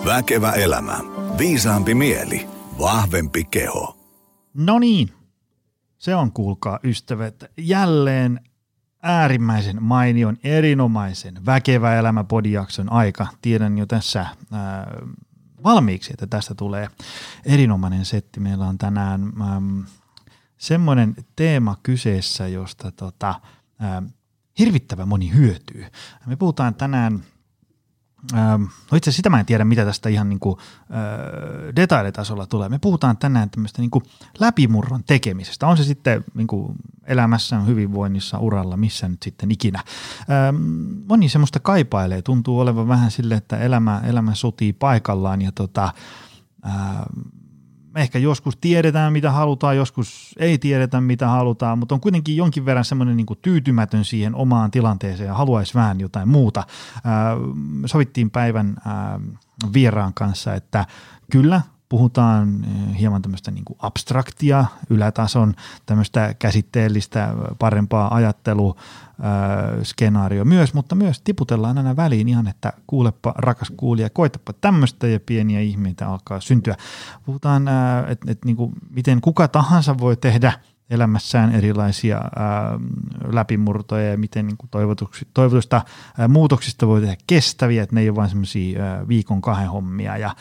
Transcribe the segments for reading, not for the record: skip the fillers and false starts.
Väkevä elämä. Viisaampi mieli. Vahvempi keho. No niin, se on, kuulkaa ystävät, jälleen äärimmäisen mainion, erinomaisen Väkevä elämä -podijakson aika. Tiedän jo tässä valmiiksi, että tästä tulee erinomainen setti. Meillä on tänään semmoinen teema kyseessä, josta hirvittävän moni hyötyy. Me puhutaan tänään, no itse asiassa sitä mä en tiedä, mitä tästä ihan niin kuin detailitasolla tulee. Me puhutaan tänään tämmöistä niin kuin läpimurron tekemisestä. On se sitten niin kuin elämässä, hyvinvoinnissa, uralla, missä nyt sitten ikinä. Moni semmoista kaipailee, tuntuu olevan vähän silleen, että elämä sotii paikallaan ja me ehkä joskus tiedetään, mitä halutaan, joskus ei tiedetä, mitä halutaan, mutta on kuitenkin jonkin verran semmoinen niin kuin tyytymätön siihen omaan tilanteeseen ja haluaisi vähän jotain muuta. Sovittiin päivän vieraan kanssa, että kyllä puhutaan hieman tämmöistä niin kuin abstraktia, ylätason, tämmöistä käsitteellistä, parempaa ajatteluskenaario myös, mutta myös tiputellaan aina väliin ihan, että kuulepa rakas kuulija, koetapa tämmöistä ja pieniä ihmeitä alkaa syntyä. Puhutaan, että niin kuin, miten kuka tahansa voi tehdä elämässään erilaisia läpimurtoja ja miten niin kuin toivotusta muutoksista voi tehdä kestäviä, että ne ei ole vain semmoisia viikon 2 hommia ja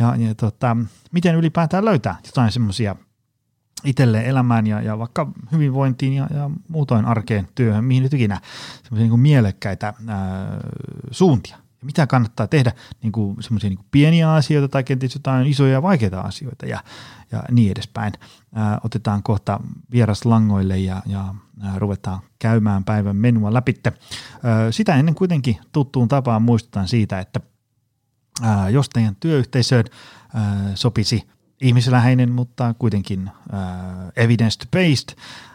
miten ylipäätään löytää jotain semmoisia itselleen elämään ja vaikka hyvinvointiin ja muutoin arkeen, työhön, mihin nyt ikinä semmoisia niin kuin mielekkäitä suuntia. Ja mitä kannattaa tehdä, niin kuin semmoisia niin kuin pieniä asioita tai kenties jotain isoja ja vaikeita asioita ja niin edespäin. Otetaan kohta vieras langoille ja ruvetaan käymään päivän menua läpitte. Sitä ennen kuitenkin tuttuun tapaan muistutan siitä, että jos teidän työyhteisöön sopisi ihmisläheinen, mutta kuitenkin evidence-based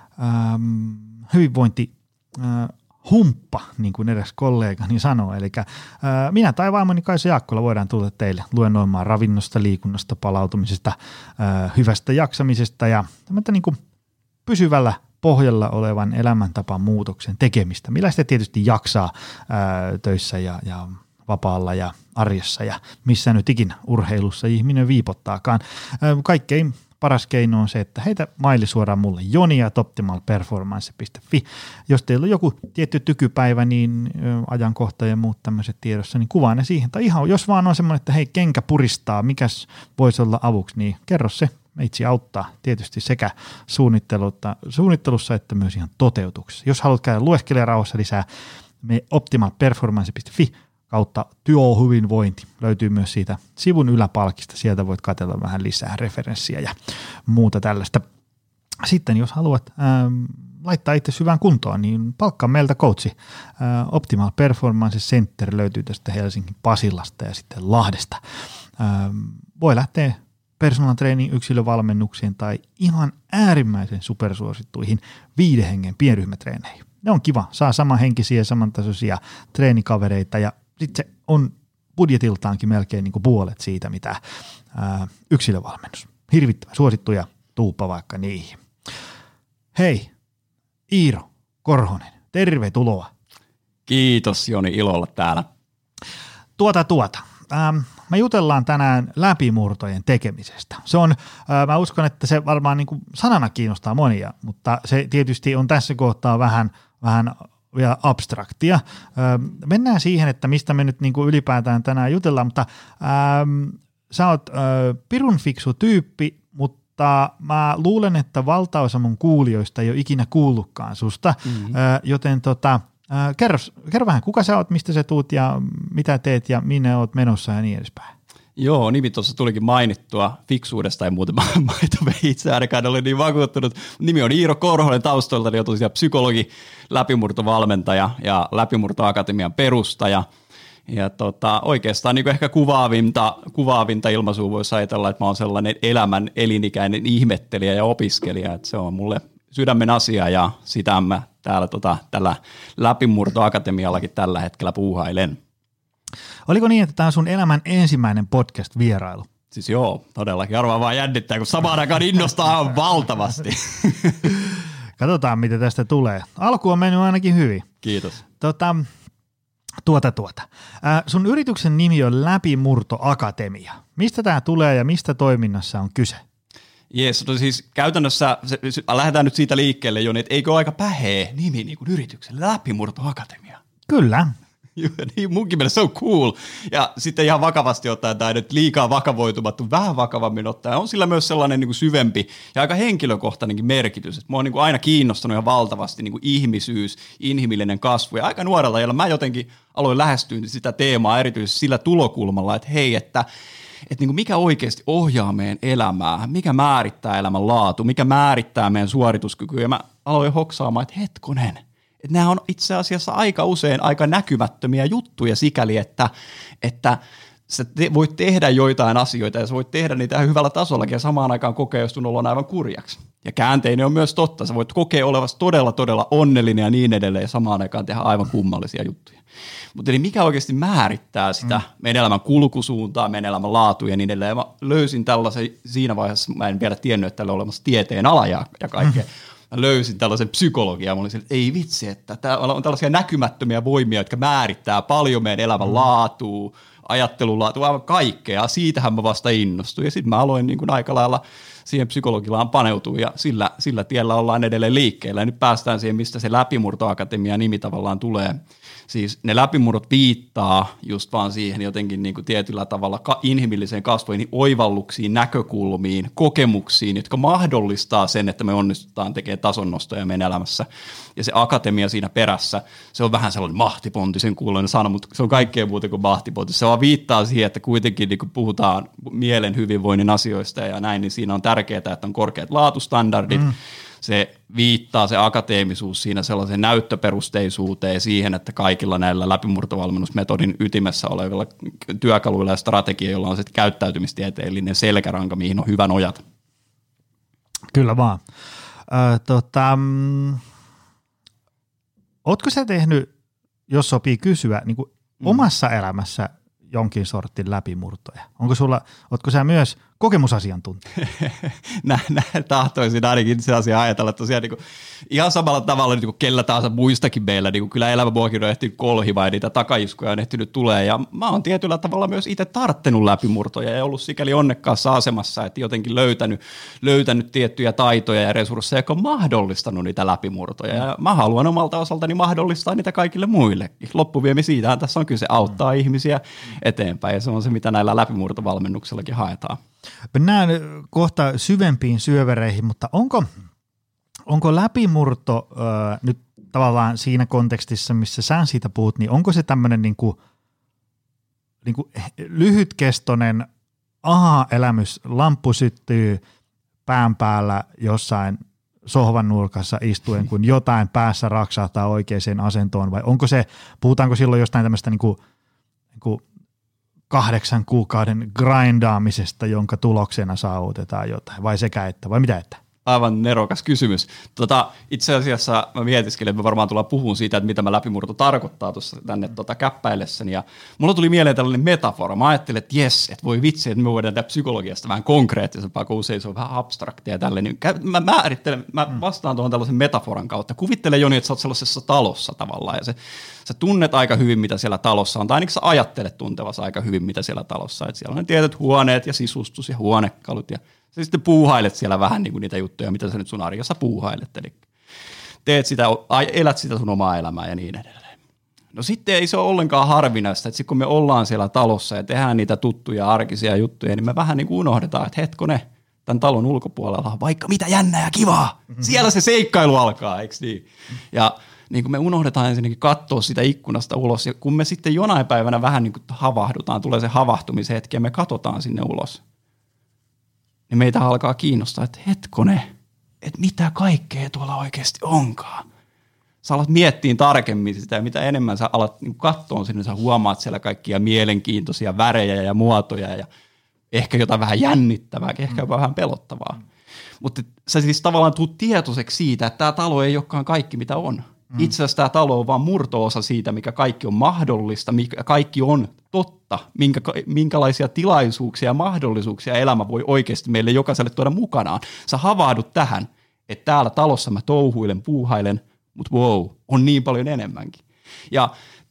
hyvinvointi humppa, niin kuin edes kollegani sanoo. Eli minä tai vaimoni Kaisa Jaakkola voidaan tulla teille luennoimaan ravinnosta, liikunnasta, palautumisesta, hyvästä jaksamisesta ja niin kuin pysyvällä pohjalla olevan elämäntapaan muutoksen tekemistä, millä sitä tietysti jaksaa töissä ja vapaalla ja arjessa ja missä nyt ikinä urheilussa ihminen viipottaakaan. Kaikkein paras keino on se, että heitä maili suoraan mulle joni@optimalperformance.fi. Jos teillä on joku tietty tykypäivä, niin ajankohta ja muut tämmöiset tiedossa, niin kuvaa ne siihen. Tai ihan, jos vaan on semmoinen, että hei, kenkä puristaa, mikäs voisi olla avuksi, niin kerro se. Meitsi auttaa tietysti sekä suunnittelussa että myös ihan toteutuksessa. Jos haluat käydä lueskelemaan rauhassa lisää, me optimalperformance.fi kautta työhyvinvointi löytyy myös siitä sivun yläpalkista. Sieltä voit katsella vähän lisää referenssiä ja muuta tällaista. Sitten jos haluat laittaa itse hyvään kuntoon, niin palkkaa meiltä coachi. Optimal Performance Center löytyy tästä Helsingin Pasilasta ja sitten Lahdesta. Voi lähteä personal training yksilövalmennuksiin tai ihan äärimmäisen supersuosittuihin 5 hengen pienryhmätreeneihin. Ne on kiva, saa samanhenkisiä ja samantasoisia treenikavereita ja sitten se on budjetiltaankin melkein niin kuin puolet siitä, mitä yksilövalmennus. Hirvittävän suosittuja, tuuppa vaikka niihin. Hei, Iiro Korhonen, tervetuloa. Kiitos Joni, ilolla täällä. Me jutellaan tänään läpimurtojen tekemisestä. Se on, mä uskon, että se varmaan niin kuin sanana kiinnostaa monia, mutta se tietysti on tässä kohtaa vähän vielä abstraktia. Mennään siihen, että mistä me nyt niin kuin ylipäätään tänään jutellaan, mutta sä oot pirun fiksu tyyppi, mutta mä luulen, että valtaosa mun kuulijoista ei ole ikinä kuullutkaan susta, joten kerro vähän, kuka sä oot, mistä sä tuut ja mitä teet ja minne oot menossa ja niin edespäin. Joo, nimi tuossa tulikin mainittua, fiksuudesta ei muuten itse ainakaan ole niin vakuuttunut. Nimi on Iiro Korhonen, taustalta niin on tosiaan psykologi, läpimurtovalmentaja ja läpimurtoakatemian perustaja. Ja oikeastaan niin ehkä kuvaavinta ilmaisua voisi ajatella, että mä oon sellainen elämän elinikäinen ihmettelijä ja opiskelija, että se on mulle sydämen asia ja sitä mä täällä tällä läpimurtoakatemiallakin tällä hetkellä puuhailen. Oliko niin, että tämä on sun elämän ensimmäinen podcast-vierailu? Siis joo, todellakin. Arvaa vaan jännittää, kun samaan aikaan innostaa valtavasti. Katsotaan, mitä tästä tulee. Alku on mennyt ainakin hyvin. Kiitos. Sun yrityksen nimi on Läpimurto Akatemia. Mistä tämä tulee ja mistä toiminnassa on kyse? Jees, no siis käytännössä lähdetään nyt siitä liikkeelle, Joni, että eikö ole aika päheä nimi niin kuin yrityksen Läpimurto Akatemia? Kyllä. Niin munkin mielestä se on cool. Ja sitten ihan vakavasti ottaen, tai nyt liikaa vakavoitumattu, vähän vakavammin ottaen, on sillä myös sellainen niin kuin syvempi ja aika henkilökohtainenkin merkitys. Mä oon niin kuin aina kiinnostunut ihan valtavasti niin kuin ihmisyys, inhimillinen kasvu. Ja aika nuorella ajalla mä jotenkin aloin lähestyä sitä teemaa erityisesti sillä tulokulmalla, että hei, että niin kuin mikä oikeasti ohjaa meidän elämää, mikä määrittää elämän laatu, mikä määrittää meidän suorituskykyä. Ja mä aloin hoksaamaan, että hetkonen. Että nämä on itse asiassa aika usein aika näkymättömiä juttuja sikäli, että sä voit tehdä joitain asioita ja sä voit tehdä niitä hyvällä tasollakin ja samaan aikaan kokea, jos sun on aivan kurjaksi. Ja käänteinen on myös totta. Sä voit kokea olevasi todella, todella onnellinen ja niin edelleen ja samaan aikaan tehdä aivan kummallisia juttuja. Mutta eli mikä oikeasti määrittää sitä meidän elämän kulkusuuntaa, meidän elämän laatu ja niin edelleen. Ja mä löysin tällaisen siinä vaiheessa, mä en vielä tiennyt, että tällä on olemassa tieteen ala ja kaikkea. Mä löysin tällaisen psykologian, mä olin sille, että ei vitsi, että täällä on tällaisia näkymättömiä voimia, jotka määrittää paljon meidän elämän laatua, ajattelun laatua, aivan kaikkea. Siitähän mä vasta innostuin ja sitten mä aloin niin kuin aika lailla siihen psykologilaan paneutua ja sillä tiellä ollaan edelleen liikkeellä. Ja nyt päästään siihen, mistä se Läpimurto Akatemia nimi tavallaan tulee. Siis ne läpimurrot viittaa just vaan siihen jotenkin niin kuin tietyllä tavalla inhimilliseen kasvoihin, oivalluksiin, näkökulmiin, kokemuksiin, jotka mahdollistaa sen, että me onnistutaan tekemään tasonnostoja meidän elämässä. Ja se akatemia siinä perässä, se on vähän sellainen mahtipontisen kuuloinen sana, mutta se on kaikkea muuta kuin mahtipontis. Se vaan viittaa siihen, että kuitenkin niin kun puhutaan mielen hyvinvoinnin asioista ja näin, niin siinä on tärkeää, että on korkeat laatustandardit. Se viittaa se akateemisuus siinä sellaiseen näyttöperusteisuuteen ja siihen, että kaikilla näillä läpimurtovalmennusmetodin ytimessä olevilla työkaluilla ja strategioilla on se käyttäytymistieteellinen selkäranka, mihin on hyvä nojata. Kyllä vaan. Ootko sä tehnyt, jos sopii kysyä, niin kuin omassa elämässä jonkin sortin läpimurtoja? Ootko sä myös kokemusasiantuntija? Näin tahtoisin ainakin itse asiassa ajatella tosiaan niin kuin, ihan samalla tavalla niin kuin kellä tahansa muistakin meillä. Niin kuin, kyllä elämä muakin on ehtinyt kolhimaan ja niitä takaiskuja on ehtinyt tulee. Ja mä oon tietyllä tavalla myös itse tarttenut läpimurtoja ja ollut sikäli onnekkaassa asemassa, että jotenkin löytänyt tiettyjä taitoja ja resursseja, jotka on mahdollistanut niitä läpimurtoja. Ja mä haluan omalta osaltani mahdollistaa niitä kaikille muillekin. Loppuviemi siitähän tässä on kyse, auttaa ihmisiä eteenpäin ja se on se, mitä näillä läpimurtovalmennuksellakin haetaan. Mennään kohta syvempiin syövereihin, mutta onko läpimurto nyt tavallaan siinä kontekstissa, missä sä siitä puhut, niin onko se tämmöinen niinku lyhytkestoinen aha-elämys, lamppu syttyy pään päällä jossain sohvan nurkassa istuen, kun jotain päässä raksahtaa oikeaan asentoon, vai puhutaanko silloin jostain tämmöistä niinku 8 kuukauden grindaamisesta, jonka tuloksena saavutetaan jotain, vai sekä että, vai mitä että? Aivan nerokas kysymys. Itse asiassa mä mietiskelin, että me varmaan tullaan puhumaan siitä, että mitä mä läpimurto tarkoittaa tuossa tänne käppäillessäni. Ja mulla tuli mieleen tällainen metafora. Mä ajattelin, että jes, että voi vitsi, että me voidaan tehdä psykologiasta vähän konkreettisempaa, kun usein se on vähän abstraktia ja tälleen. Mä vastaan tuohon tällaisen metaforan kautta. Kuvittele, Joni, että sä oot sellaisessa talossa tavallaan ja sä tunnet aika hyvin, mitä siellä talossa on, tai ainakin sä ajattelet tuntevassa aika hyvin, mitä siellä talossa on. Että siellä on ne tietyt huoneet ja sisustus ja huonekalut ja sä sitten puuhailet siellä vähän niin kuin niitä juttuja, mitä sä nyt sun arjessa puuhailet. Eli teet sitä, elät sitä sun omaa elämää ja niin edelleen. No sitten ei se ole ollenkaan harvinaista, että kun me ollaan siellä talossa ja tehdään niitä tuttuja arkisia juttuja, niin me vähän niin kuin unohdetaan, että hetkone, tämän talon ulkopuolella on vaikka mitä jännää ja kivaa. Siellä se seikkailu alkaa, eikö niin? Ja niin kuin me unohdetaan ensinnäkin katsoa sitä ikkunasta ulos ja kun me sitten jonain päivänä vähän niin kuin havahdutaan, tulee se havahtumishetki ja me katsotaan sinne ulos. Niin meitä alkaa kiinnostaa, että hetkone, että mitä kaikkea tuolla oikeasti onkaan. Sä alat miettiä tarkemmin sitä ja mitä enemmän sä alat katsoa sinne, sä huomaat siellä kaikkia mielenkiintoisia värejä ja muotoja ja ehkä jotain vähän jännittävää, ehkä jopa vähän pelottavaa. Mutta sä siis tavallaan tuut tietoiseksi siitä, että tämä talo ei olekaan kaikki mitä on. Itse asiassa tämä talo on vaan murto-osa siitä, mikä kaikki on mahdollista, mikä kaikki on totta, minkälaisia tilaisuuksia ja mahdollisuuksia elämä voi oikeasti meille jokaiselle tuoda mukanaan. Sä havahdut tähän, että täällä talossa mä touhuilen, puuhailen, mutta wow, on niin paljon enemmänkin. Ja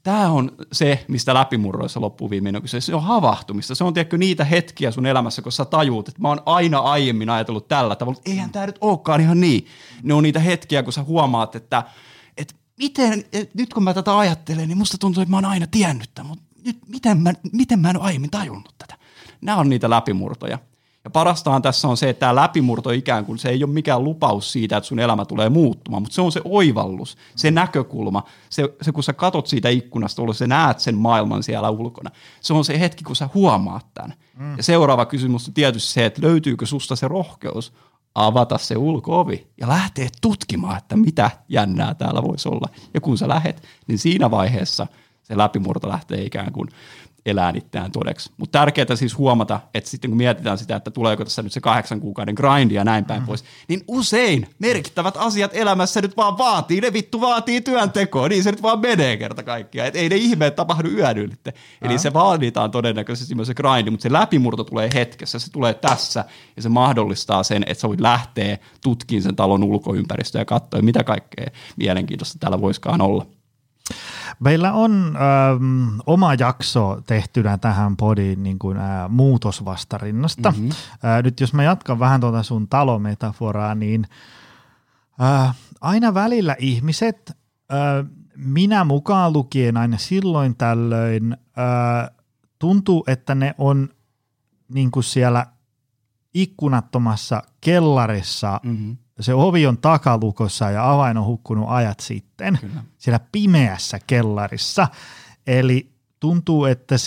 tämä on se, mistä läpimurroissa loppuviimein on kyse. Se on havahtumista. Se on tiedätkö niitä hetkiä sun elämässä, kun sä tajuut, että mä oon aina aiemmin ajatellut tällä tavalla, että eihän tämä nyt olekaan ihan niin. Ne on niitä hetkiä, kun sä huomaat, että nyt kun mä tätä ajattelen, niin musta tuntuu, että mä oon aina tiennyt tämän, mutta nyt miten mä en ole aiemmin tajunnut tätä. Nämä on niitä läpimurtoja. Ja parastahan tässä on se, että tämä läpimurto ikään kuin se ei ole mikään lupaus siitä, että sun elämä tulee muuttumaan, mutta se on se oivallus, se näkökulma, se kun sä katot siitä ikkunasta ulos, sä näet sen maailman siellä ulkona. Se on se hetki, kun sä huomaat tämän. Ja seuraava kysymys on tietysti se, että löytyykö susta se rohkeus avata se ulko-ovi ja lähteä tutkimaan, että mitä jännää täällä voisi olla. Ja kun sä lähet, niin siinä vaiheessa se läpimurto lähtee ikään kuin elää itseään todeksi. Mutta tärkeää siis huomata, että sitten kun mietitään sitä, että tuleeko tässä nyt se 8 kuukauden grindi ja näin päin pois, niin usein merkittävät asiat elämässä nyt vaan vaatii, ne vittu vaatii työntekoa, niin se nyt vaan menee kerta kaikkiaan. Et ei ne ihmeet tapahdu yön ylitte. Eli se vaaditaan todennäköisesti myös se grindi, mutta se läpimurto tulee hetkessä, se tulee tässä ja se mahdollistaa sen, että sä voit lähteä tutkimaan sen talon ulkoympäristöä ja katsoa, mitä kaikkea mielenkiintoista täällä voisikaan olla. Meillä on oma jakso tehtynä tähän podiin niin kuin, muutosvastarinnasta. Nyt jos mä jatkan vähän tuota sun talometaforaa, niin aina välillä ihmiset, minä mukaan lukien aina silloin tällöin, tuntuu, että ne on niin kuin siellä ikkunattomassa kellarissa, se ovi on takalukossa ja avain on hukkunut ajat sitten. Kyllä. Siellä pimeässä kellarissa. Eli tuntuu, että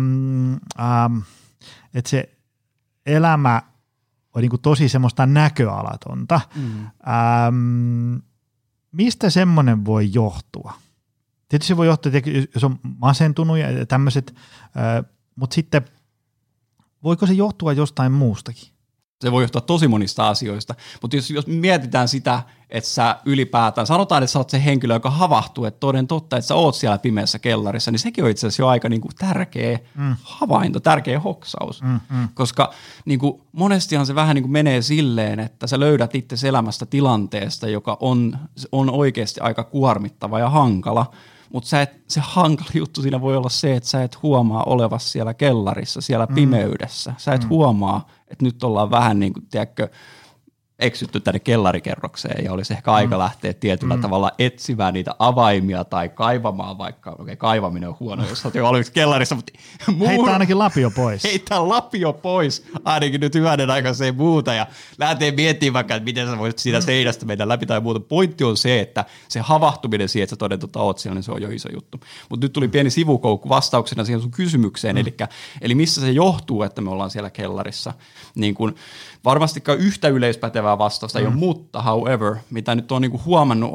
se elämä on niin kuin tosi semmoista näköalatonta. Mistä semmoinen voi johtua? Tietysti se voi johtua, jos on masentunut ja tämmöiset, mutta sitten voiko se johtua jostain muustakin? Se voi johtua tosi monista asioista, mutta jos mietitään sitä, että sä ylipäätään, sanotaan, että sä oot se henkilö, joka havahtuu, että toden totta, että sä oot siellä pimeässä kellarissa, niin sekin on itse asiassa jo aika niin kuin tärkeä havainto, tärkeä hoksaus, koska niin kuin monestihan se vähän niin kuin menee silleen, että sä löydät itse elämästä tilanteesta, joka on oikeasti aika kuormittava ja hankala, mutta se hankala juttu siinä voi olla se, että sä et huomaa olevasi siellä kellarissa, siellä pimeydessä. Sä et huomaa, että nyt ollaan vähän niin kuin, tiedätkö, eksytty tänne kellarikerrokseen ja olisi ehkä aika lähteä tietyllä tavalla etsimään niitä avaimia tai kaivamaan, vaikka kaivaminen on huono, jos olet jo valmiiksi kellarissa, mutta heittää ainakin lapio pois. Heittää lapio pois, ainakin nyt hyvänen aikaiseen muuta ja lähtee miettimään vaikka, että miten sä voisit siitä seinästä mennä läpi tai muuta. Pointti on se, että se havahtuminen siihen, että sä toden totta oot siellä, niin se on jo iso juttu. Mutta nyt tuli pieni sivukoukku vastauksena siihen sun kysymykseen, eli missä se johtuu, että me ollaan siellä kellarissa. Niin kun, varmastikaan yhtä yleispätevää vastausta ei ole, mutta however, mitä nyt on niinku huomannut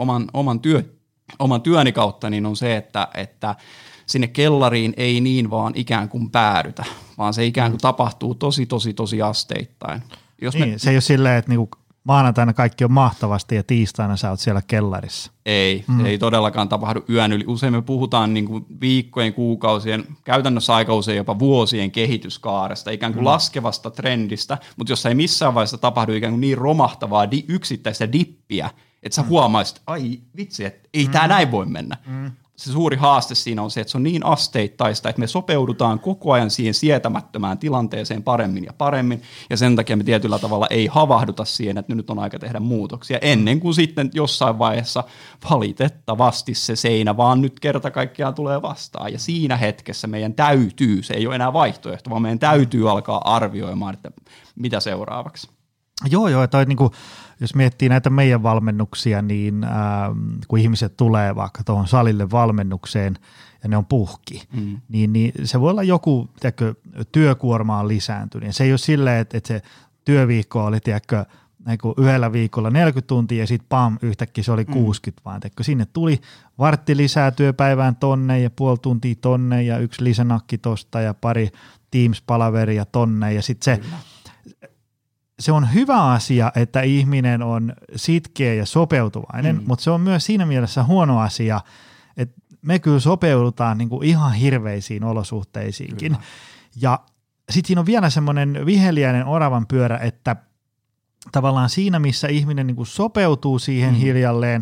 oman työni kautta, niin on se, että sinne kellariin ei niin vaan ikään kuin päädytä, vaan se ikään kuin tapahtuu tosi asteittain. Se ei ole silleen, että niinku maanantaina kaikki on mahtavasti ja tiistaina sä oot siellä kellarissa. Ei todellakaan tapahdu yön yli. Usein me puhutaan niin kuin viikkojen, kuukausien, käytännössä aika usein jopa vuosien kehityskaaresta, ikään kuin laskevasta trendistä, mutta jos ei missään vaiheessa tapahdu ikään kuin niin romahtavaa yksittäistä dippiä, että sä huomaisit, ai vitsi, että ei tää näin voi mennä. Se suuri haaste siinä on se, että se on niin asteittaista, että me sopeudutaan koko ajan siihen sietämättömään tilanteeseen paremmin ja paremmin, ja sen takia me tietyllä tavalla ei havahduta siihen, että nyt on aika tehdä muutoksia, ennen kuin sitten jossain vaiheessa valitettavasti se seinä vaan nyt kerta kaikkiaan tulee vastaan, ja siinä hetkessä meidän täytyy, se ei ole enää vaihtoehto, vaan meidän täytyy alkaa arvioimaan, että mitä seuraavaksi. Joo, toi niinku, jos miettii näitä meidän valmennuksia, niin kun ihmiset tulee vaikka tuohon salille valmennukseen ja ne on puhki, niin se voi olla joku työkuorma on lisääntynyt. Se ei ole silleen, että se työviikko oli yhdellä viikolla 40 tuntia ja sitten yhtäkkiä se oli 60, vaan sinne tuli vartti lisää työpäivään tonne ja puoli tuntia tonne ja yksi lisänakki tosta ja pari Teams-palaveria tonne ja sitten se on hyvä asia, että ihminen on sitkeä ja sopeutuvainen, mutta se on myös siinä mielessä huono asia, että me kyllä sopeudutaan niin kuin ihan hirveisiin olosuhteisiinkin. Kyllä. Ja sitten siinä on vielä semmoinen viheliäinen oravan pyörä, että tavallaan siinä, missä ihminen niin kuin sopeutuu siihen hiljalleen,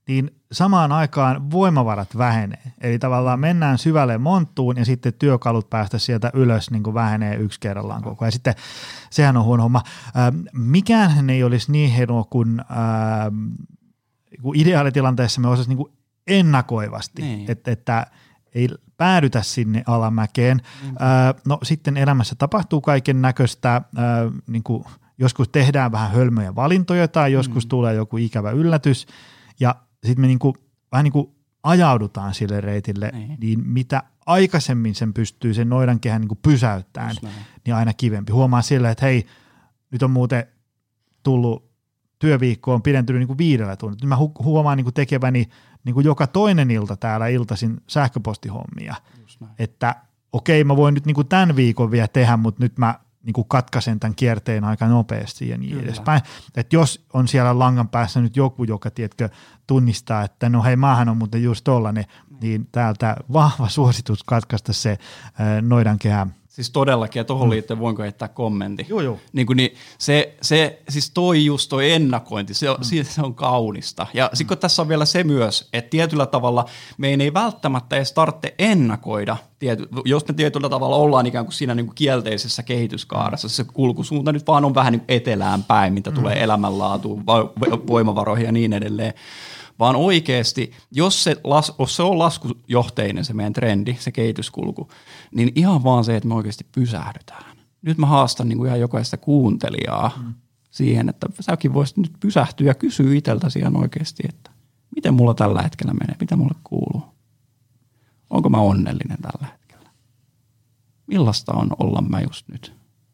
niin samaan aikaan voimavarat vähenee. Eli tavallaan mennään syvälle monttuun ja sitten työkalut päästä sieltä ylös niin kuin vähenee yksi kerrallaan koko ajan. Sitten sehän on huono homma. Mikään ei olisi niin hienoa kuin ideaalitilanteessa me osaisi niin kuin ennakoivasti, että ei päädytä sinne alamäkeen. No sitten elämässä tapahtuu kaiken näköistä, niin kuin joskus tehdään vähän hölmöjä valintoja tai joskus tulee joku ikävä yllätys ja sitten me vähän niin kuin ajaudutaan sille reitille, niin mitä aikaisemmin sen pystyy sen noidankehän niin kuin pysäyttämään, niin aina kivempi. Huomaa sille, että hei, nyt on muuten tullut työviikko on pidentynyt niin kuin 5 tunnilla. Nyt mä huomaan niin kuin tekeväni niin kuin joka toinen ilta täällä iltaisin sähköpostihommia, että okei, mä voin nyt niin kuin tämän viikon vielä tehdä, mutta nyt mä niin kuin katkaisen tämän kierteen aika nopeasti ja niin edespäin. Että jos on siellä langan päässä nyt joku, joka tiedätkö, tunnistaa, että no hei, maahan on muuten just tollainen, niin täältä vahva suositus katkaista se noidankehä. Siis todellakin, ja tuohon liittyen voinko heittää kommentti? Joo. Niin siis toi ennakointi, se on kaunista. Ja sitten kun tässä on vielä se myös, että tietyllä tavalla meidän ei välttämättä edes tarvitse ennakoida, jos me tietyllä tavalla ollaan ikään kuin siinä niin kuin kielteisessä kehityskaaressa, se kulkusuunta nyt vaan on vähän niin kuin etelään päin, mitä tulee elämänlaatuun, voimavaroihin ja niin edelleen. Vaan oikeasti, jos se on laskujohteinen se meidän trendi, se kehityskulku, niin ihan vaan se, että me oikeasti pysähdytään. Nyt mä haastan niin kuin ihan jokaista kuuntelijaa siihen, että säkin voisit nyt pysähtyä ja kysyä itseltäsi ihan oikeasti, että miten mulla tällä hetkellä menee, mitä mulle kuuluu. Onko mä onnellinen tällä hetkellä? Millaista on olla mä just nyt?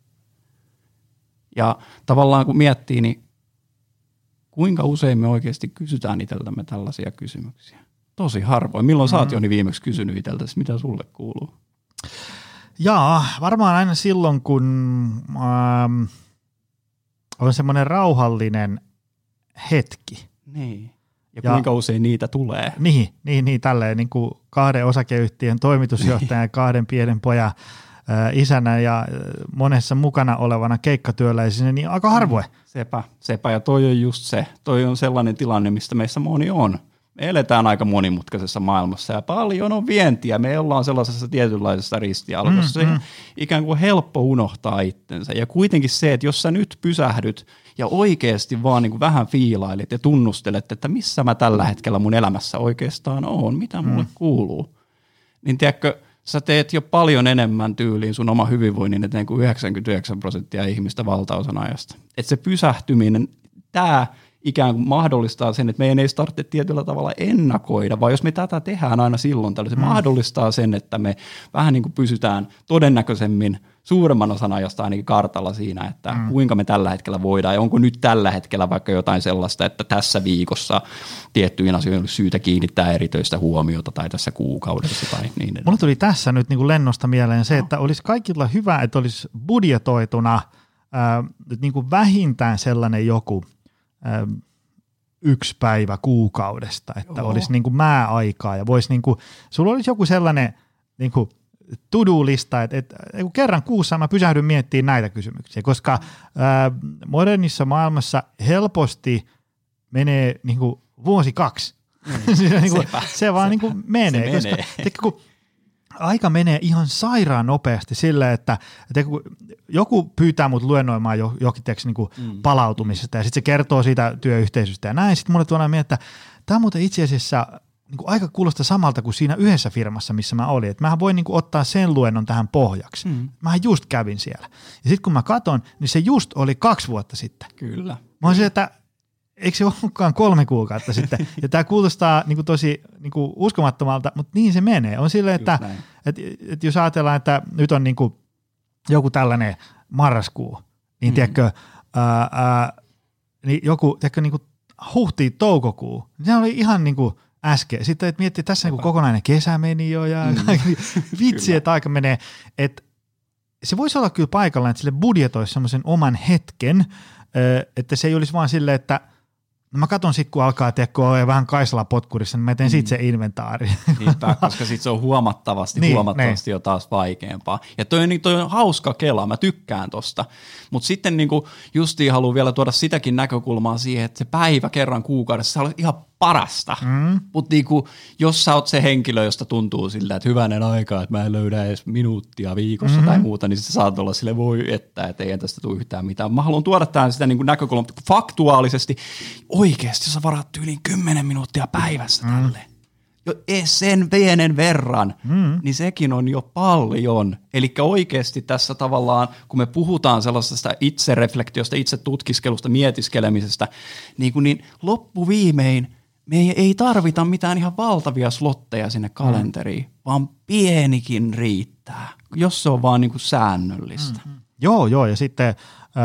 Ja tavallaan kun miettii, niin kuinka usein me oikeasti kysytään itseltämme tällaisia kysymyksiä? Tosi harvoin. Milloin sä oot Joni viimeksi kysynyt itseltäsi, mitä sulle kuuluu? Jaa, varmaan aina silloin, kun on semmoinen rauhallinen hetki. Niin. Ja kuinka usein niitä tulee? Niin tälleen niin kuin 2 osakeyhtiön toimitusjohtajan ja 2 pienen pojan isänä ja monessa mukana olevana keikkatyöläisenä, niin aika harvoin. Sepä, ja toi on just se. Toi on sellainen tilanne, mistä meissä moni on. Me eletään aika monimutkaisessa maailmassa ja paljon on vientiä. Me ollaan sellaisessa tietynlaisessa ristialkossa. Se ikään kuin helppo unohtaa itsensä. Ja kuitenkin se, että jos sä nyt pysähdyt ja oikeasti vaan niin kuin vähän fiilailet ja tunnustelet, että missä mä tällä hetkellä mun elämässä oikeastaan oon, mitä mulle kuuluu, niin tiedätkö, sä teet jo paljon enemmän tyyliin sun oma hyvinvoinnin eteen kuin 99% ihmistä valtaosan ajasta. Että se pysähtyminen, tämä ikään kuin mahdollistaa sen, että meidän ei tarvitse tietyllä tavalla ennakoida, vaan jos me tätä tehdään aina silloin, se mahdollistaa sen, että me vähän niin kuin pysytään todennäköisemmin suuremman osan ajasta ainakin kartalla siinä, että kuinka me tällä hetkellä voidaan ja onko nyt tällä hetkellä vaikka jotain sellaista, että tässä viikossa tiettyihin asioihin olisi syytä kiinnittää erityistä huomiota tai tässä kuukaudessa tai niin edelleen. Mulla tuli tässä nyt niin kuin lennosta mieleen se, että olisi kaikilla hyvä, että olisi budjetoituna niin kuin vähintään sellainen joku 1 päivä kuukaudesta, että olisi niin kuin määaikaa ja voisi niin kuin, sulla olisi joku sellainen niin kuin to-do-lista, että kerran kuussa mä pysähdyn miettimään näitä kysymyksiä, koska modernissa maailmassa helposti menee niin kuin 1-2 vuotta. Se vaan niin kuin menee. Koska, kun aika menee ihan sairaan nopeasti sille, että kun joku pyytää mut luennoimaan jokin niin palautumisesta ja sitten se kertoo siitä työyhteisöstä ja näin. Sitten mulle tuodaan mieleen, että tämä on muuten itse asiassa niin kuin aika kuulostaa samalta kuin siinä yhdessä firmassa, missä mä olin. Että mähän voin niin kuin ottaa sen luennon tähän pohjaksi. Mähän just kävin siellä. Ja sitten kun mä katon, niin se just oli 2 vuotta sitten. Kyllä. Mä olisin, että eikö se ollutkaan 3 kuukautta sitten? Ja tämä kuulostaa niin kuin tosi niin kuin uskomattomalta, mutta niin se menee. On silleen, että jos ajatellaan, että nyt on niin kuin joku tällainen marraskuu, niin tiedätkö, niin joku tiedätkö, niin kuin huhti-toukokuu, niin se oli ihan niin kuin äsken. Sitten että miettii, tässä niin kuin kokonainen kesä meni jo ja vitsi, että aika menee. Että se voisi olla kyllä paikallaan, että sille budjetoisi semmoisen oman hetken, että se ei olisi vaan silleen, että no mä katson sit, kun alkaa tehdä vähän Kaisala potkurissa, niin mä teen sit se inventaari. Niinpä, koska sit se on huomattavasti jo taas vaikeampaa. Ja toi on hauska kela, mä tykkään tosta. Mutta sitten niinku justiin haluan vielä tuoda sitäkin näkökulmaa siihen, että se päivä kerran kuukaudessa, se on ihan parasta. Mutta niinku, jos sä oot se henkilö, josta tuntuu siltä, että hyvänen aika, että mä en löydä edes minuuttia viikossa tai muuta, niin sä saat olla sille voi että ei tästä tule yhtään mitään. Mä haluan tuoda tähän sitä niinku näkökulmaa faktuaalisesti. Oikeasti, jos sä varaat yli 10 minuuttia päivässä tälleen, jo sen pienen verran, niin sekin on jo paljon. Eli oikeasti tässä tavallaan, kun me puhutaan sellaisesta itsereflektiosta, itse tutkiskelusta, mietiskelemisestä, niin loppuviimein me ei tarvita mitään ihan valtavia slotteja sinne kalenteriin, vaan pienikin riittää, jos se on vaan niin kuin säännöllistä. Joo, ja sitten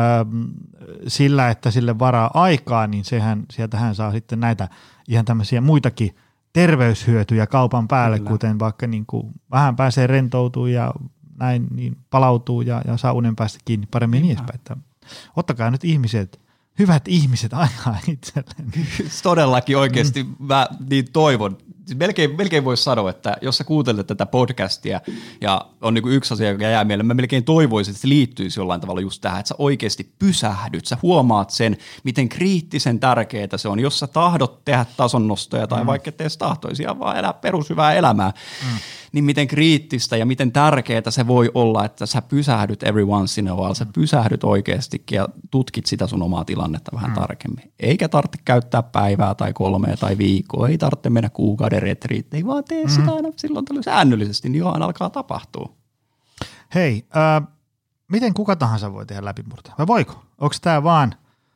sillä, että sille varaa aikaa, niin sieltähän saa sitten näitä ihan tämmöisiä muitakin terveyshyötyjä kaupan päälle, kyllä, kuten vaikka niin kuin vähän pääsee rentoutumaan ja näin niin palautuu ja saa unen päästä kiinni paremmin niin edespäin. Että ottakaa nyt hyvät ihmiset aikaa itselleen. Todellakin oikeasti mä niin toivon. Melkein voisi sanoa, että jos sä kuuntelet tätä podcastia ja on niin kuin yksi asia, joka jää mieleen, mä melkein toivoisin, että se liittyisi jollain tavalla just tähän, että sä oikeasti pysähdyt, sä huomaat sen, miten kriittisen tärkeää se on, jos sä tahdot tehdä tasonnostoja tai vaikka et edes tahtoisi ihan vaan elää perushyvää elämää, niin miten kriittistä ja miten tärkeää se voi olla, että sä pysähdyt every once in a while, sä pysähdyt oikeastikin ja tutkit sitä sun omaa tilannetta vähän tarkemmin. Eikä tarvitse käyttää päivää tai 3 tai viikkoa, ei tarvitse mennä kuukauden retriitteihin, vaan tee sitä aina silloin säännöllisesti, niin johan alkaa tapahtua. Hei, miten kuka tahansa voi tehdä läpimurtoa? Vai voiko? Onko tämä vaan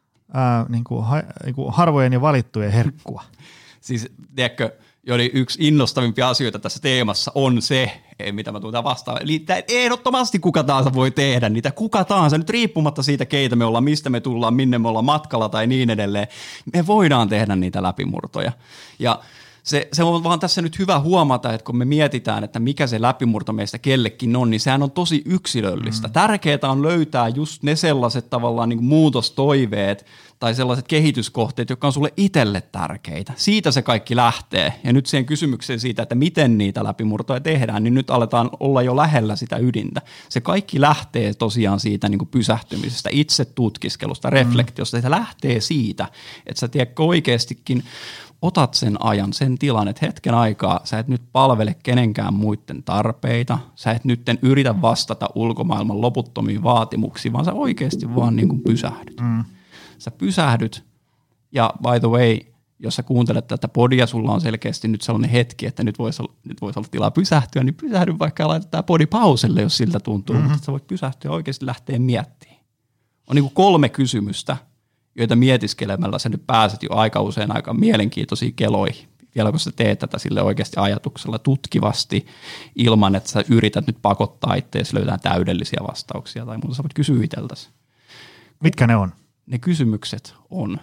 niinku harvojen ja valittujen herkkua? Siis, tiedätkö, yksi innostavimpia asioita tässä teemassa on se, mitä mä tuun vastaan. Eli ehdottomasti kuka tahansa voi tehdä niitä, kuka tahansa, nyt riippumatta siitä, keitä me ollaan, mistä me tullaan, minne me ollaan matkalla tai niin edelleen. Me voidaan tehdä niitä läpimurtoja. Ja se on vaan tässä nyt hyvä huomata, että kun me mietitään, että mikä se läpimurto meistä kellekin on, niin sehän on tosi yksilöllistä. Tärkeää on löytää just ne sellaiset tavallaan niin kuin muutostoiveet tai sellaiset kehityskohteet, jotka on sulle itselle tärkeitä. Siitä se kaikki lähtee. Ja nyt siihen kysymykseen siitä, että miten niitä läpimurtoja tehdään, niin nyt aletaan olla jo lähellä sitä ydintä. Se kaikki lähtee tosiaan siitä niin kuin pysähtymisestä, itse tutkiskelusta, reflektiosta. Se lähtee siitä, että sä tiedätkö oikeastikin otat sen ajan, sen tilan, että hetken aikaa sä et nyt palvele kenenkään muiden tarpeita, sä et nyt yritä vastata ulkomaailman loputtomiin vaatimuksiin, vaan sä oikeasti vaan niin kuin pysähdyt. Sä pysähdyt ja by the way, jos sä kuuntelet tätä podia, sulla on selkeästi nyt sellainen hetki, että nyt voisi olla tilaa pysähtyä, niin pysähdy vaikka ja laita tämä podi pauselle, jos siltä tuntuu, mutta sä voit pysähtyä ja oikeasti lähteä miettimään. On niin kuin 3 kysymystä, joita mietiskelemällä sä nyt pääset jo aika usein aika mielenkiintoisiin keloihin. Vielä kun sä teet tätä sille oikeasti ajatuksella tutkivasti, ilman että sä yrität nyt pakottaa itseäsi löytää täydellisiä vastauksia tai muuta, sä voit kysyä itseltäsi. Mitkä ne on? Ne kysymykset on.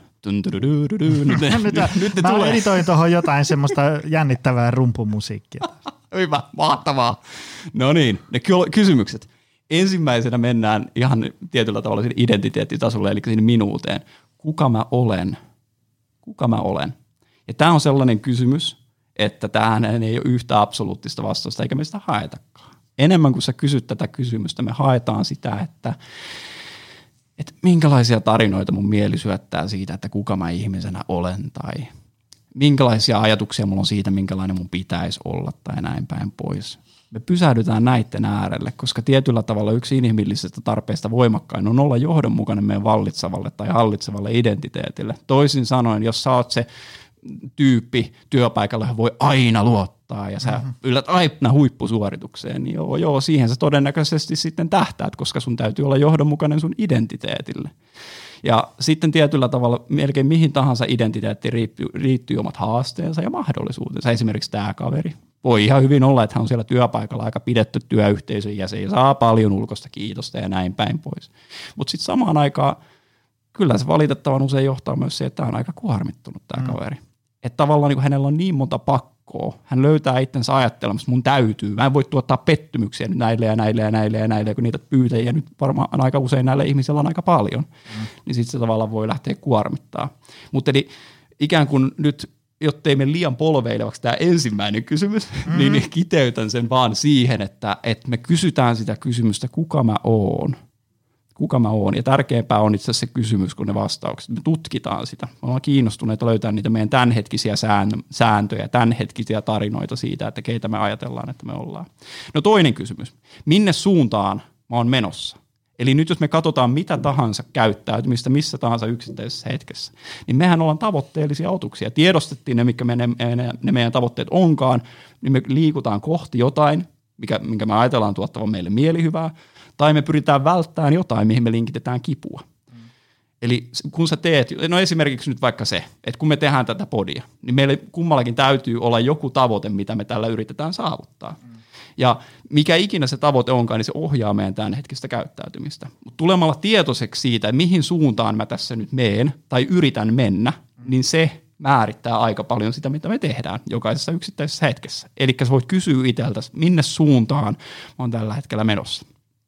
Nyt mä editoin tuohon jotain semmoista jännittävää rumpumusiikkia. Hyvä, mahtavaa. No niin, ne kysymykset. Ensimmäisenä mennään ihan tietyllä tavalla siinä identiteettitasolle, eli siinä minuuteen. Kuka mä olen? Kuka mä olen? Ja tämä on sellainen kysymys, että tämähän ei ole yhtä absoluuttista vastausta, eikä me sitä haetakaan. Enemmän kuin sä kysyt tätä kysymystä, me haetaan sitä, että minkälaisia tarinoita mun mieli syöttää siitä, että kuka mä ihmisenä olen, tai minkälaisia ajatuksia mulla on siitä, minkälainen mun pitäisi olla, tai näin päin pois. Me pysähdytään näiden äärelle, koska tietyllä tavalla yksi inhimillisestä tarpeesta voimakkain on olla johdonmukainen meidän vallitsevalle tai hallitsevalle identiteetille. Toisin sanoen, jos sä oot se tyyppi työpaikalla, johon voi aina luottaa ja sä yllät aina huippusuoritukseen, niin joo, siihen sä todennäköisesti sitten tähtäät, koska sun täytyy olla johdonmukainen sun identiteetille. Ja sitten tietyllä tavalla melkein mihin tahansa identiteettiin liittyy omat haasteensa ja mahdollisuutensa. Esimerkiksi tämä kaveri. Voi ihan hyvin olla, että hän on siellä työpaikalla aika pidetty työyhteisön jäsen ja saa paljon ulkoista kiitosta ja näin päin pois. Mutta sitten samaan aikaan kyllä se valitettavan usein johtaa myös siihen, että hän on aika kuormittunut tämä kaveri. Että tavallaan niin hänellä on niin monta pakkoa. Hän löytää itsensä ajattelemassa, mun täytyy. Mä en voi tuottaa pettymyksiä nyt näille ja näille ja näille ja näille, kun niitä pyytäjiä nyt varmaan aika usein näillä ihmisillä on aika paljon. Niin sitten se tavallaan voi lähteä kuormittaa. Mutta eli ikään kuin nyt, jottei mene liian polveilevaksi tämä ensimmäinen kysymys, niin kiteytän sen vaan siihen, että me kysytään sitä kysymystä, kuka mä oon. kuka mä oon. Ja tärkeämpää on itse asiassa se kysymys kuin ne vastaukset. Me tutkitaan sitä. Me ollaan kiinnostuneita löytää niitä meidän tämänhetkisiä sääntöjä, tämänhetkisiä tarinoita siitä, että keitä me ajatellaan, että me ollaan. No toinen kysymys. Minne suuntaan mä oon menossa? Eli nyt jos me katsotaan mitä tahansa käyttäytymistä missä tahansa yksittäisessä hetkessä, niin mehän ollaan tavoitteellisia otuksia. Tiedostettiin ne, mitkä ne meidän tavoitteet onkaan, niin me liikutaan kohti jotain, minkä me ajatellaan tuottavan meille mielihyvää, tai me pyritään välttämään jotain, mihin me linkitetään kipua. Eli kun sä teet, no esimerkiksi nyt vaikka se, että kun me tehdään tätä podia, niin meille kummallakin täytyy olla joku tavoite, mitä me tällä yritetään saavuttaa. Ja mikä ikinä se tavoite onkaan, niin se ohjaa meidän tämän hetkistä käyttäytymistä. Mutta tulemalla tietoiseksi siitä, että mihin suuntaan mä tässä nyt meen tai yritän mennä, niin se määrittää aika paljon sitä, mitä me tehdään jokaisessa yksittäisessä hetkessä. Eli sä voit kysyä itseltäsi, minne suuntaan mä oon tällä hetkellä menossa.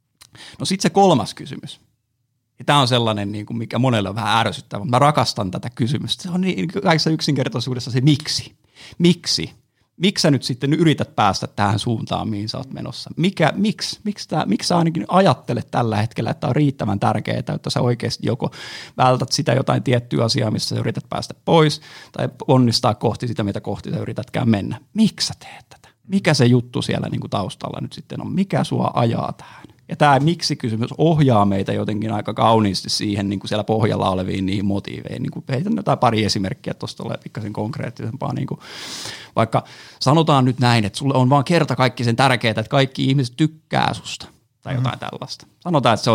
No sitten se kolmas kysymys. Ja tämä on sellainen, niin kuin mikä monelle on vähän ärsyttävä, mutta mä rakastan tätä kysymystä. Se on niin kaikessa yksinkertaisuudessa se miksi. Miksi sä nyt sitten yrität päästä tähän suuntaan, mihin sä oot menossa? Miksi sä ainakin ajattelet tällä hetkellä, että on riittävän tärkeää, että sä oikeasti joko vältät sitä jotain tiettyä asiaa, missä sä yrität päästä pois, tai onnistaa kohti sitä, mitä kohti sä yritätkään mennä. Miksi sä teet tätä? Mikä se juttu siellä niin kuin taustalla nyt sitten on? Mikä sua ajaa tähän? Ja tämä miksi-kysymys ohjaa meitä jotenkin aika kauniisti siihen niin kuin siellä pohjalla oleviin niihin motiiveihin. Niin kuin heitän jotain pari esimerkkiä, tuosta tulee pikkasen konkreettisempaa. Niin kuin vaikka sanotaan nyt näin, että sulle on vaan kertakaikkisen tärkeää, että kaikki ihmiset tykkää susta tai jotain tällaista. Sanotaan, että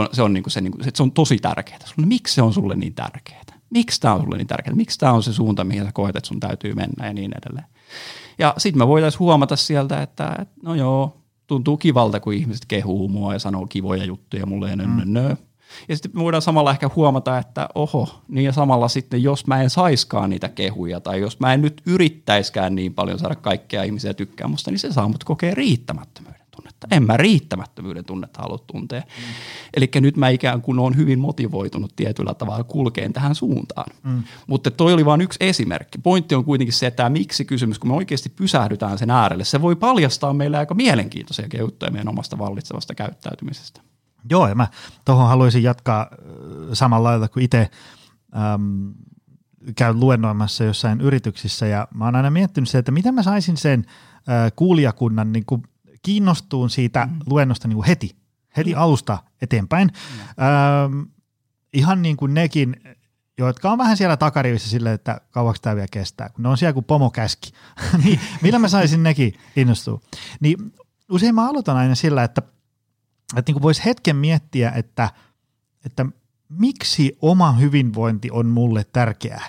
se on tosi tärkeää. Miksi se on sulle niin tärkeää? Miksi tämä on sulle niin tärkeää? Miksi tämä on se suunta, mihin sä koet, että sun täytyy mennä ja niin edelleen. Ja sitten me voitaisiin huomata sieltä, että no joo, tuntuu kivalta, kun ihmiset kehuu mua ja sanoo kivoja juttuja mulle ja nö. Ja sitten me voidaan samalla ehkä huomata, että oho, niin ja samalla sitten, jos mä en saiskaan niitä kehuja tai jos mä en nyt yrittäiskään niin paljon saada kaikkia ihmisiä tykkää musta, niin se saa mut kokea riittämättömyyden tunnetta. En mä riittämättömyyden tunnetta halua tuntea. Eli nyt mä ikään kuin oon hyvin motivoitunut tietyllä tavalla kulkeen tähän suuntaan. Mutta toi oli vain yksi esimerkki. Pointti on kuitenkin se, että tämä miksi-kysymys, kun me oikeasti pysähdytään sen äärelle, se voi paljastaa meille aika mielenkiintoisia juttuja meidän omasta vallitsevasta käyttäytymisestä. Joo, ja mä tuohon haluaisin jatkaa samalla lailla kuin itse käyn luennoimassa jossain yrityksissä, ja mä oon aina miettinyt se, että miten mä saisin sen kuulijakunnan niin kuin kiinnostuun siitä luennosta niin kuin heti alusta eteenpäin. Ihan niin kuin nekin, jotka on vähän siellä takarivissä silleen, että kauaksi tämä vielä kestää, kun ne on siellä kuin pomo käski. Niin, millä mä saisin nekin innostua? Niin usein mä aloitan aina sillä, että niin kuin voisi hetken miettiä, että miksi oma hyvinvointi on mulle tärkeää.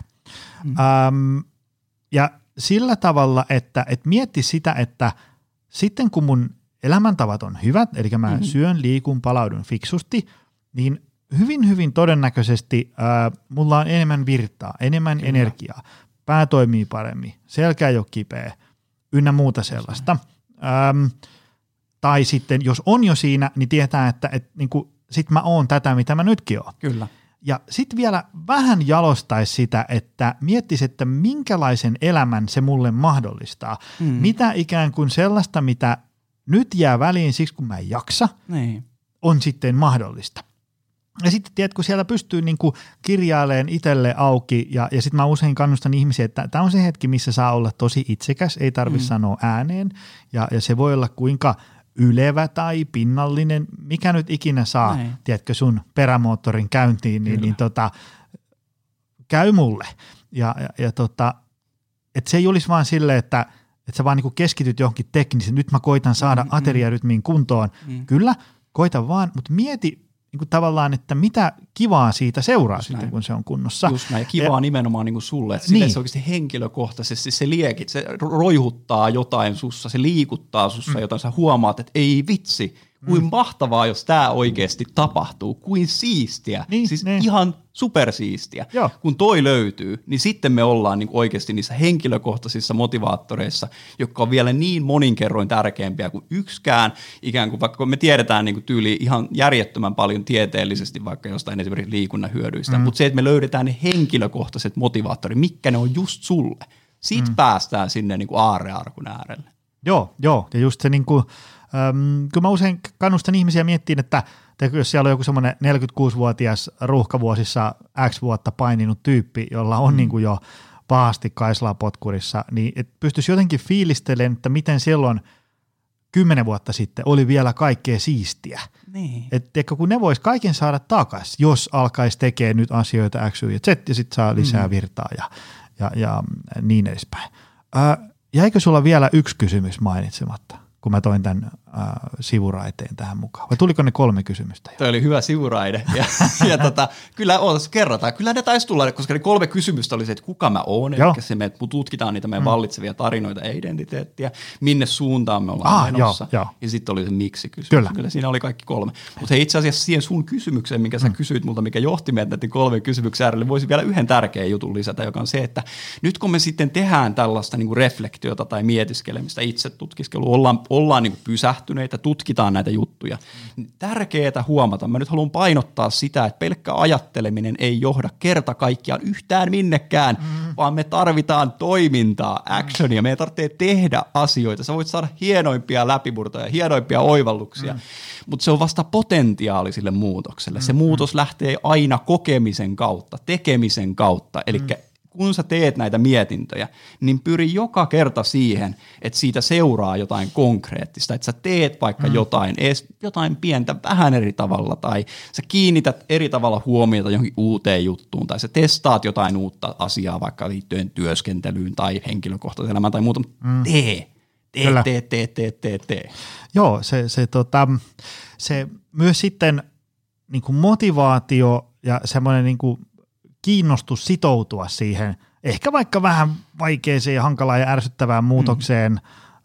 Ja sillä tavalla, että mietti sitä, että sitten kun mun elämäntavat on hyvät, eli mä syön, liikun, palaudun fiksusti, niin hyvin todennäköisesti mulla on enemmän virtaa, enemmän energiaa, pää toimii paremmin, selkä ei ole kipeä, ynnä muuta sellaista. Tai sitten, jos on jo siinä, niin tietää, että niin sit mä oon tätä, mitä mä nytkin oon. Kyllä. Ja sitten vielä vähän jalostaisi sitä, että miettisi, että minkälaisen elämän se mulle mahdollistaa. Mitä ikään kuin sellaista, mitä nyt jää väliin siksi, kun mä en jaksa, on sitten mahdollista. Ja sitten tiedät, kun siellä pystyy niin kuin kirjailemaan itselle auki, ja sitten mä usein kannustan ihmisiä, että tämä on se hetki, missä saa olla tosi itsekäs, ei tarvitse sanoa ääneen, ja se voi olla kuinka ylevä tai pinnallinen, mikä nyt ikinä saa, tiedätkö, sun perämoottorin käyntiin, niin käy mulle. Että se ei olisi vaan silleen, että sä vaan niinku keskityt johonkin tekniseen, nyt mä koitan saada ateriarytmiin kuntoon. Kyllä, koita vaan, mutta mieti niinku tavallaan, että mitä kivaa siitä seuraa sitten, kun se on kunnossa. Just näin, ja kivaa nimenomaan niinku sulle, että se oikeasti henkilökohtaisesti, se liekit, se roihuttaa jotain sussa, se liikuttaa sussa jotain, sä huomaat, että ei vitsi, kuin mahtavaa, jos tämä oikeasti tapahtuu, kuin siistiä, ihan supersiistiä. Joo. Kun toi löytyy, niin sitten me ollaan niin oikeasti niissä henkilökohtaisissa motivaattoreissa, jotka on vielä niin monin kerroin tärkeämpiä kuin yksikään, ikään kuin vaikka me tiedetään niin kuin tyyli ihan järjettömän paljon tieteellisesti vaikka jostain esimerkiksi liikunnan hyödyistä, mutta se, että me löydetään ne henkilökohtaiset motivaattorit, mitkä ne on just sulle, siitä päästään sinne niin kuin aarrearkun äärelle. Joo, ja just se niin kuin Kyllä mä usein kannustan ihmisiä miettimään, että jos siellä on joku semmoinen 46-vuotias ruuhkavuosissa X vuotta paininut tyyppi, jolla on niin kuin jo pahasti kaislaa potkurissa, niin et pystyisi jotenkin fiilistelemään, että miten silloin 10 vuotta sitten oli vielä kaikkea siistiä. Niin. Että kun ne vois kaiken saada takaisin, jos alkaisi tekemään nyt asioita X, Y ja Z ja sitten saa lisää virtaa ja niin edespäin. Jäikö sulla vielä yksi kysymys mainitsematta, kun mä toin tämän sivuraiteen tähän mukaan? Vai tuliko ne 3 kysymystä? Toi oli hyvä sivuraide. Kyllä kerrotaan. Kyllä ne taisi tulla, koska ne 3 kysymystä oli se, että kuka mä oon. Eli se, että tutkitaan niitä meidän vallitsevia tarinoita ja identiteettiä, minne suuntaan me ollaan menossa. Ja sitten oli se miksi-kysymys. Kyllä siinä oli kaikki 3. Mutta itse asiassa siihen sun kysymykseen, minkä sä kysyit multa, mikä johti meitä näiden 3 kysymyksen äärelle, voisi vielä yhden tärkeän jutun lisätä, joka on se, että nyt kun me sitten tehdään tällaista niin kuin reflektiota tai mietiskelemistä, itse tutkiskelua, ollaan niin kuin pysähtyneitä, tutkitaan näitä juttuja. Tärkeää huomata, mä nyt haluan painottaa sitä, että pelkkä ajatteleminen ei johda kerta kaikkiaan yhtään minnekään, vaan me tarvitaan toimintaa, actionia, meidän tarvitsee tehdä asioita. Sä voit saada hienoimpia läpimurtoja, hienoimpia oivalluksia, mutta se on vasta potentiaali sille muutokselle. Se muutos lähtee aina kokemisen kautta, tekemisen kautta, eli kun sä teet näitä mietintöjä, niin pyri joka kerta siihen, että siitä seuraa jotain konkreettista, että sä teet vaikka jotain pientä vähän eri tavalla, tai sä kiinnität eri tavalla huomiota johonkin uuteen juttuun, tai sä testaat jotain uutta asiaa vaikka liittyen työskentelyyn tai henkilökohtaiseen elämään tai muuta, tee. Joo, se myös sitten niin kuin motivaatio ja semmoinen niin kuin kiinnostus sitoutua siihen, ehkä vaikka vähän vaikeeseen ja hankalaan ja ärsyttävään muutokseen,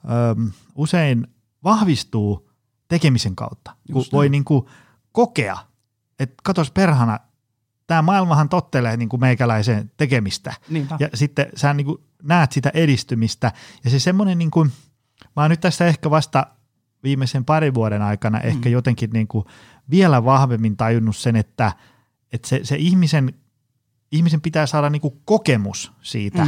usein vahvistuu tekemisen kautta, kun voi niin kuin kokea, että katos perhana, tämä maailmahan tottelee niin kuin meikäläisen tekemistä. Niinpä. Ja sitten sä niin kuin näet sitä edistymistä ja se semmoinen, niin kuin, mä oon nyt tässä ehkä vasta viimeisen 2 vuoden aikana ehkä jotenkin niin kuin vielä vahvemmin tajunnut sen, että se ihmisen pitää saada niinku kokemus siitä,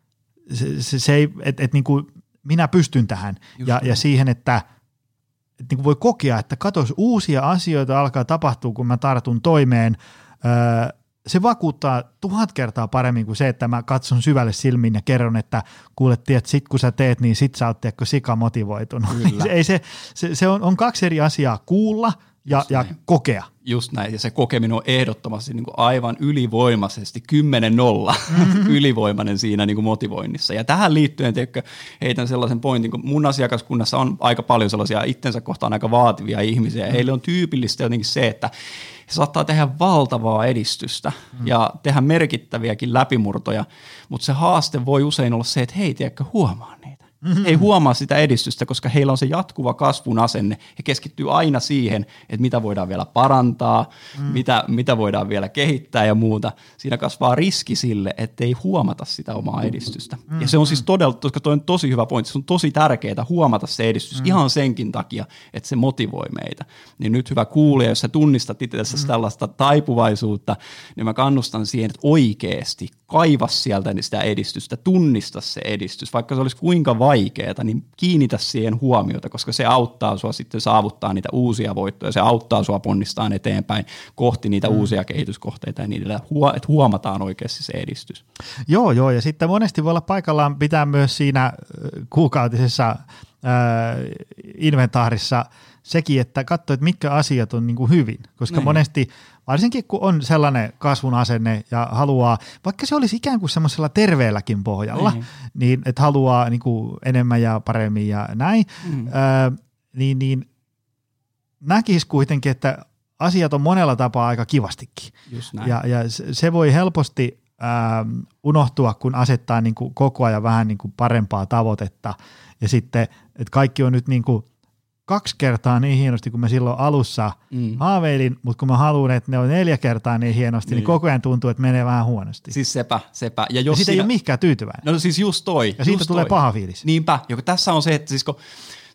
se ei, että niinku minä pystyn tähän ja siihen, että niinku voi kokea, että katos uusia asioita alkaa tapahtua, kun mä tartun toimeen. Se vakuuttaa 1000 kertaa paremmin kuin se, että mä katson syvälle silmiin ja kerron, että kuule, että sit kun sä teet, niin sit sä oot sika motivoitunut. Se on 2 eri asiaa, kuulla ja kokea. Just näin, ja se kokeminen on ehdottomasti niin kuin aivan ylivoimaisesti 10-0 ylivoimainen siinä niin kuin motivoinnissa. Ja tähän liittyen heitän sellaisen pointin, kun mun asiakaskunnassa on aika paljon sellaisia itsensä kohtaan aika vaativia ihmisiä, ja heille on tyypillistä jotenkin se, että he saattaa tehdä valtavaa edistystä ja tehdä merkittäviäkin läpimurtoja, mutta se haaste voi usein olla se, että he ei huomaa niitä. He ei huomaa sitä edistystä, koska heillä on se jatkuva kasvun asenne. He keskittyy aina siihen, että mitä voidaan vielä parantaa, mitä voidaan vielä kehittää ja muuta. Siinä kasvaa riski sille, että ei huomata sitä omaa edistystä. Ja se on siis todella, koska toi on tosi hyvä pointti, se on tosi tärkeää huomata se edistys ihan senkin takia, että se motivoi meitä. Niin nyt hyvä kuulija, jos sä tunnistat itse tällaista taipuvaisuutta, niin mä kannustan siihen, että oikeasti kaiva sieltä sitä edistystä, tunnista se edistys, vaikka se olisi kuinka vaikeaa, niin kiinnitä siihen huomiota, koska se auttaa sua sitten saavuttaa niitä uusia voittoja, se auttaa sua ponnistaan eteenpäin kohti niitä uusia kehityskohteita ja niitä, että huomataan oikeasti se edistys. Joo, ja sitten monesti voi olla paikallaan pitää myös siinä kuukautisessa inventaarissa sekin, että katsoo, että mitkä asiat on niin kuin hyvin, koska monesti varsinkin kun on sellainen kasvun asenne ja haluaa, vaikka se olisi ikään kuin semmoisella terveelläkin pohjalla, niin että haluaa niin kuin enemmän ja paremmin ja näin, niin näkisi kuitenkin, että asiat on monella tapaa aika kivastikin. Ja se voi helposti unohtua, kun asettaa niin kuin koko ajan vähän niin kuin parempaa tavoitetta ja sitten, että kaikki on nyt niin kuin 2 kertaa niin hienosti, kun mä silloin alussa haaveilin, mutta kun mä haluan, että ne on 4 kertaa niin hienosti, niin koko ajan tuntuu, että menee vähän huonosti. Siis sepä. Ja siitä ei ole mihinkään tyytyväinen. No siis just toi. Ja siitä tulee paha fiilis. Niinpä, joka tässä on se, että siis kun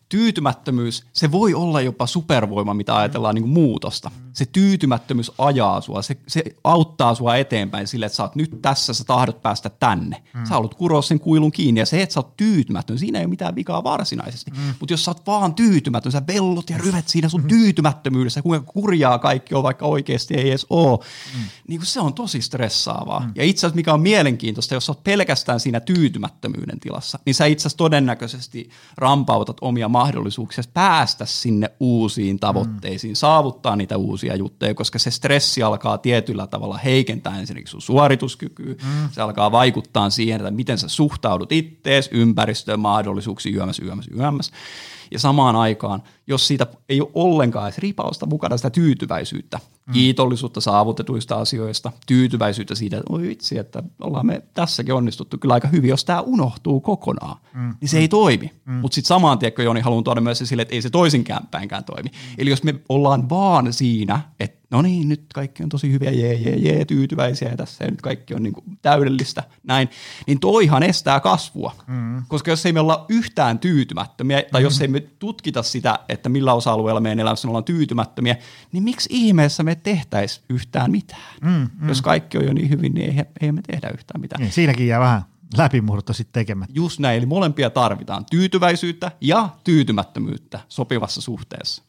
tyytymättömyys, se voi olla jopa supervoima, mitä ajatellaan niin kuin muutosta. Se tyytymättömyys ajaa sua, se auttaa sua eteenpäin sille, että sä oot nyt tässä, sä tahdot päästä tänne. Sä haluat kuroa sen kuilun kiinni ja se, että sä oot tyytymätön, siinä ei ole mitään vikaa varsinaisesti. Mutta jos sä oot vaan tyytymätön, sä vellot ja ryvet siinä sun tyytymättömyydessä, kuinka kurjaa kaikki on, vaikka oikeasti ei edes ole, niin kuin se on tosi stressaavaa. Ja itse asiassa mikä on mielenkiintoista, jos sä oot pelkästään siinä tyytymättömyyden tilassa, niin sä itse asiassa todennäköisesti rampautat omia mahdollisuuksia päästä sinne uusiin tavoitteisiin, saavuttaa niitä uusia juttuja, koska se stressi alkaa tietyllä tavalla heikentää ensinnäkin sun suorituskykyä, se alkaa vaikuttaa siihen, että miten sä suhtaudut ittees, ympäristöön, mahdollisuuksiin, yömässä. Ja samaan aikaan, jos siitä ei ole ollenkaan edes ripausta mukana sitä tyytyväisyyttä, kiitollisuutta saavutetuista asioista, tyytyväisyyttä siitä, että oi vitsi, että ollaan me tässäkin onnistuttu kyllä aika hyvin, jos tämä unohtuu kokonaan, niin se ei toimi. Mutta sitten samaan tiedätkö, Joni, haluan tuoda myös sille, että ei se toisinkään päinkään toimi. Eli jos me ollaan vaan siinä, että no niin, nyt kaikki on tosi hyviä, jee, tyytyväisiä ja tässä ja nyt kaikki on niin kuin täydellistä, näin, niin toihan estää kasvua. Koska jos ei me olla yhtään tyytymättömiä, tai jos ei me tutkita sitä, että millä osa-alueella meidän elämässä ollaan tyytymättömiä, niin miksi ihmeessä me tehtäisiin yhtään mitään? Jos kaikki on jo niin hyvin, niin ei me tehdä yhtään mitään. Niin, siinäkin jää vähän läpimurto sitten tekemättä. Just näin, eli molempia tarvitaan, tyytyväisyyttä ja tyytymättömyyttä sopivassa suhteessa.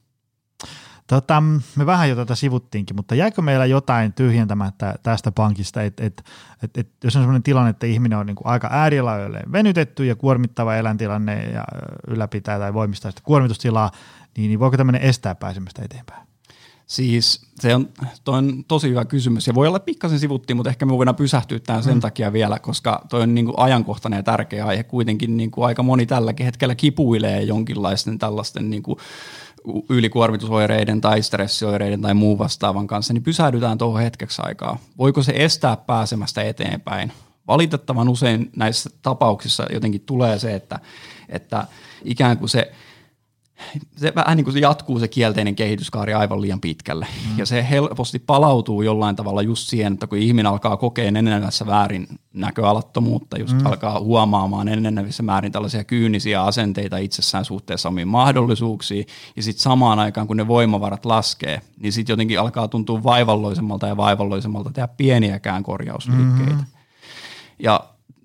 Me vähän jo tätä sivuttiinkin, mutta jäikö meillä jotain tyhjentämättä tästä pankista, että jos on sellainen tilanne, että ihminen on niin kuin aika äärirajoilleen venytetty ja kuormittava eläintilanne ja ylläpitää tai voimistaa sitä kuormitustilaa, niin voiko tämmöinen estää pääsemästä eteenpäin? Siis toi on tosi hyvä kysymys ja voi olla pikkasen sivuttiin, mutta ehkä me voidaan pysähtyä tähän sen takia vielä, koska toi on niin kuin ajankohtainen ja tärkeä aihe. Kuitenkin niin kuin aika moni tälläkin hetkellä kipuilee jonkinlaisten tällaisten niin kuin ylikuormitusoireiden tai stressioireiden tai muun vastaavan kanssa, niin pysähdytään tuohon hetkeksi aikaa. Voiko se estää pääsemästä eteenpäin? Valitettavan usein näissä tapauksissa jotenkin tulee se, että ikään kuin se vähän niin kuin se jatkuu se kielteinen kehityskaari aivan liian pitkälle. Ja se helposti palautuu jollain tavalla just siihen, että kun ihminen alkaa kokea enenevässä väärin näköalattomuutta, just alkaa huomaamaan enenevissä määrin tällaisia kyynisiä asenteita itsessään suhteessa omiin mahdollisuuksiin, ja sitten samaan aikaan, kun ne voimavarat laskee, niin sitten jotenkin alkaa tuntua vaivalloisemmalta tehdä pieniäkään korjausliikkeitä. Ja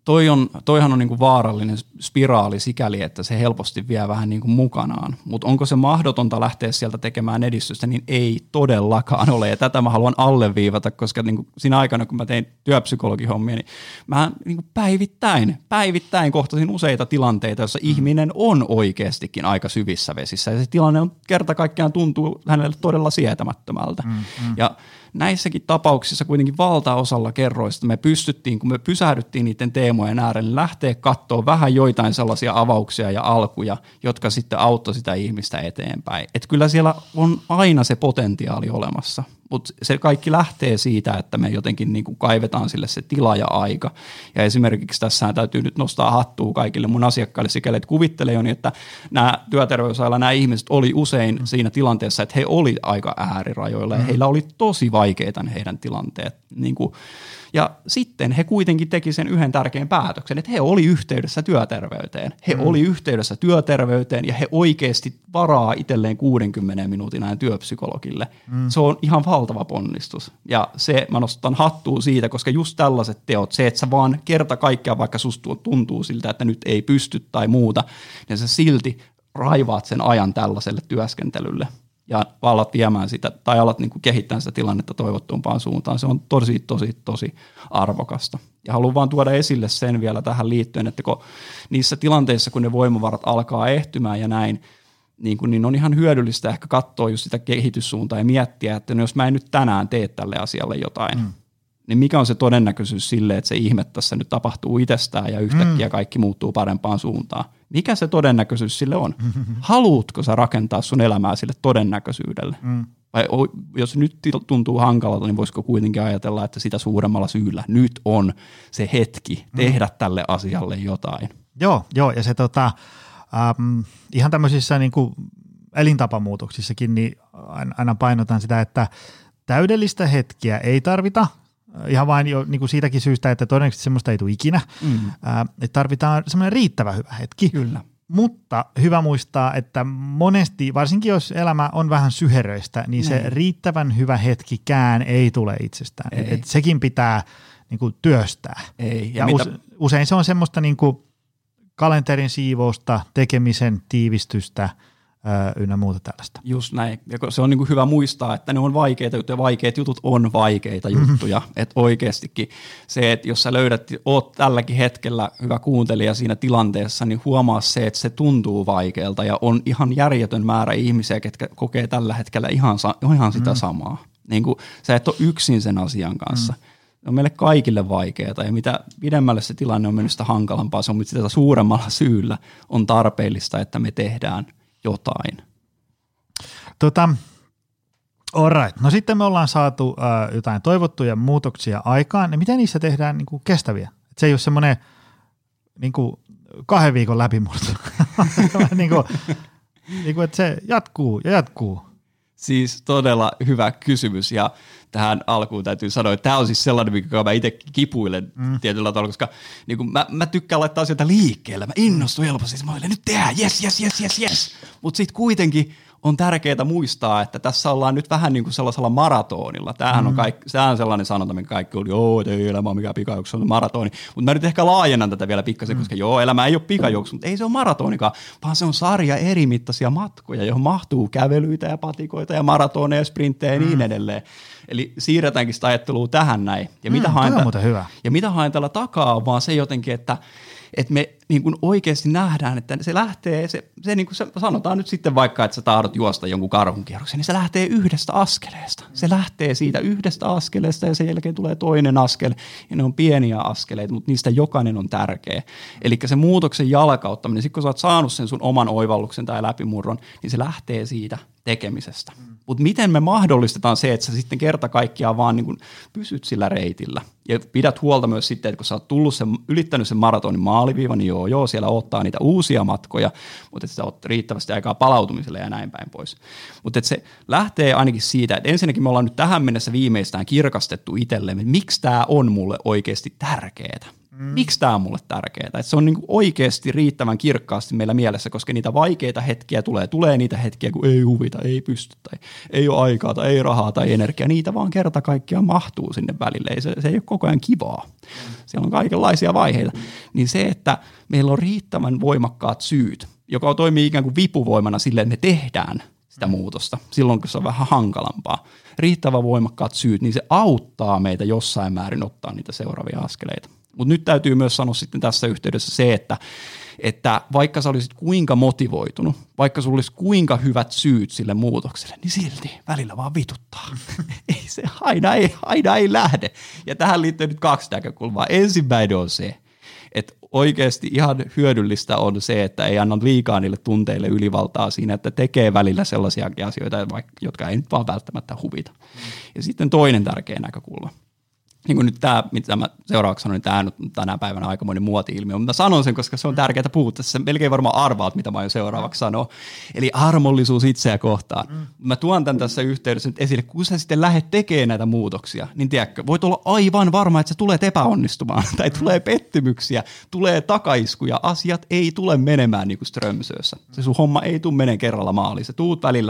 toihan on niin kuin vaarallinen spiraali sikäli, että se helposti vie vähän niin kuin mukanaan. Mutta onko se mahdotonta lähteä sieltä tekemään edistystä, niin ei todellakaan ole. Ja tätä mä haluan alleviivata, koska niin kuin siinä aikana, kun mä tein työpsykologihommia, niin mä niin kuin päivittäin kohtasin useita tilanteita, joissa ihminen on oikeastikin aika syvissä vesissä. Ja se tilanne on kerta kaikkiaan tuntuu hänelle todella sietämättömältä. Ja näissäkin tapauksissa kuitenkin valtaosalla kerroista me pystyttiin, kun me pysähdyttiin niiden teemojen äärelle, lähteä katsoa vähän joitain sellaisia avauksia ja alkuja, jotka sitten auttoi sitä ihmistä eteenpäin. Että kyllä siellä on aina se potentiaali olemassa, mutta se kaikki lähtee siitä, että me jotenkin niin kuin kaivetaan sille se tila ja aika. Ja esimerkiksi tässä täytyy nyt nostaa hattua kaikille mun asiakkaille sikäli, että kuvittele Joni, että nämä työterveysalalla nämä ihmiset oli usein siinä tilanteessa, että he oli aika äärirajoilla ja heillä oli tosi vaikeita heidän tilanteet. Niin kuin, ja sitten he kuitenkin teki sen yhden tärkeän päätöksen, että he oli yhteydessä työterveyteen. He oli yhteydessä työterveyteen ja he oikeasti varaa itselleen 60 minuutin ajan työpsykologille. Se on ihan valtava ponnistus. Ja se mä nostan hattua siitä, koska just tällaiset teot, se, että sä vaan kerta kaikkiaan, vaikka susta tuntuu siltä, että nyt ei pysty tai muuta, niin sä silti raivaat sen ajan tällaiselle työskentelylle ja alat viemään sitä tai alat niin kuin kehittämään sitä tilannetta toivottumpaan suuntaan. Se on tosi arvokasta. Ja haluan vaan tuoda esille sen vielä tähän liittyen, että kun niissä tilanteissa, kun ne voimavarat alkaa ehtymään ja näin, niin on ihan hyödyllistä ehkä katsoa just sitä kehityssuuntaa ja miettiä, että no jos mä en nyt tänään tee tälle asialle jotain, niin mikä on se todennäköisyys sille, että se ihme tässä nyt tapahtuu itsestään ja yhtäkkiä kaikki muuttuu parempaan suuntaan. Mikä se todennäköisyys sille on? Haluatko sä rakentaa sun elämää sille todennäköisyydelle? Vai jos nyt tuntuu hankalalta, niin voisiko kuitenkin ajatella, että sitä suuremmalla syyllä nyt on se hetki tehdä tälle asialle jotain? Joo, ja se ihan tämmöisissä niin kuin elintapamuutoksissakin niin aina painotan sitä, että täydellistä hetkiä ei tarvita, ihan vain jo niin kuin siitäkin syystä, että todennäköisesti semmoista ei tule ikinä. Että tarvitaan semmoinen riittävän hyvä hetki. Kyllä. Mutta hyvä muistaa, että monesti, varsinkin jos elämä on vähän syheröistä, niin se riittävän hyvä hetkikään ei tule itsestään. Et sekin pitää niin kuin työstää. Ei. Ja usein se on semmoista niin kuin kalenterin siivousta, tekemisen tiivistystä ynnä muuta tällaista. Just näin. Ja se on niin kuin hyvä muistaa, että ne on vaikeita juttuja. Vaikeat jutut on vaikeita juttuja. Että oikeastikin se, että jos sä oot tälläkin hetkellä hyvä kuuntelija siinä tilanteessa, niin huomaa se, että se tuntuu vaikealta ja on ihan järjetön määrä ihmisiä, ketkä kokee tällä hetkellä ihan sitä samaa. Niin kuin sä et ole yksin sen asian kanssa. Se on meille kaikille vaikeaa ja mitä pidemmälle se tilanne on mennyt sitä hankalampaa, se on sitä suuremmalla syyllä on tarpeellista, että me tehdään jotain. Alright. No sitten me ollaan saatu jotain toivottuja muutoksia aikaan. Ja miten niissä tehdään niin kuin kestäviä? Et se ei ole semmoinen niin kuin 2 viikon läpimurto. niin kuin, että se jatkuu ja jatkuu. Siis todella hyvä kysymys ja tähän alkuun täytyy sanoa, että tämä on siis sellainen, mikä mä itse kipuilen tietyllä tavalla, koska niin kun mä tykkään laittaa asioita liikkeelle, mä innostun helposti, siis mä olen nyt tehdään, yes. Mutta sitten kuitenkin on tärkeää muistaa, että tässä ollaan nyt vähän niin kuin sellaisella maratonilla. Tämähän on sellainen sanonta, minkä kaikki oli, että ei elämä ole mikään pikajuoksu, on maratoni. Mutta mä nyt ehkä laajennan tätä vielä pikkasen, koska elämä ei ole pikajuoksu, mutta ei se ole maratonikaan, vaan se on sarja eri mittaisia matkoja, johon mahtuu kävelyitä ja patikoita ja maratoneja, sprinttejä ja niin edelleen. Eli siirretäänkin sitä ajattelua tähän näin. Ja mitä haen tällä takaa on vaan se jotenkin, että me niin kuin oikeasti nähdään, että se lähtee, se niin kuin sanotaan nyt sitten vaikka, että sä tahdot juosta jonkun karhunkierroksen, niin se lähtee yhdestä askeleesta. Se lähtee siitä yhdestä askeleesta ja sen jälkeen tulee toinen askel ja ne on pieniä askeleita, mutta niistä jokainen on tärkeä. Eli se muutoksen jalkauttaminen, sitten kun sä oot saanut sen sun oman oivalluksen tai läpimurron, niin se lähtee siitä tekemisestä. Mutta miten me mahdollistetaan se, että sä sitten kerta kaikkiaan vaan niin kuin pysyt sillä reitillä ja pidät huolta myös sitten, että kun sä oot ylittänyt sen maratonin maaliviivan, niin joo, siellä odottaa niitä uusia matkoja, mutta että sä oot riittävästi aikaa palautumiselle ja näin päin pois. Mutta että se lähtee ainakin siitä, että ensinnäkin me ollaan nyt tähän mennessä viimeistään kirkastettu itsellemme, että miksi tämä on mulle oikeasti tärkeää. Miksi tämä on mulle tärkeää? Että se on niinku oikeasti riittävän kirkkaasti meillä mielessä, koska niitä vaikeita hetkiä tulee niitä hetkiä, kun ei huvita, ei pysty tai ei ole aikaa tai ei rahaa tai energiaa. Niitä vaan kerta kaikkiaan mahtuu sinne välille. Se ei ole koko ajan kivaa. Siellä on kaikenlaisia vaiheita. Niin se, että meillä on riittävän voimakkaat syyt, joka toimii ikään kuin vipuvoimana sille, että me tehdään sitä muutosta silloin, kun se on vähän hankalampaa. Riittävän voimakkaat syyt, niin se auttaa meitä jossain määrin ottaa niitä seuraavia askeleita. Mutta nyt täytyy myös sanoa sitten tässä yhteydessä se, että vaikka sä olisit kuinka motivoitunut, vaikka sulla olisi kuinka hyvät syyt sille muutokselle, niin silti välillä vaan vituttaa. Ei se aina ei lähde. Ja tähän liittyy nyt 2 näkökulmaa. Ensimmäinen on se, että oikeasti ihan hyödyllistä on se, että ei anna liikaa niille tunteille ylivaltaa siinä, että tekee välillä sellaisiakin asioita, jotka ei nyt vaan välttämättä huvita. Ja sitten toinen tärkeä näkökulma. Niin kuin nyt tämä, mitä mä seuraavaksi sanoin, niin tämä on tänä päivänä aikamoinen muoti-ilmiö, mutta mä sanon sen, koska se on tärkeää puhua tässä. Melkein varmaan arvaat, mitä mä aion seuraavaksi sanoa. Eli armollisuus itseä kohtaan. Mä tuon tämän tässä yhteydessä nyt esille, kun sä sitten lähdet tekemään näitä muutoksia, niin tiedätkö, voit olla aivan varma, että sä tulet epäonnistumaan, tai tulee pettymyksiä, tulee takaiskuja, asiat ei tule menemään niin kuin Strömsössä. Se sun homma ei tule menee kerralla maaliin, sä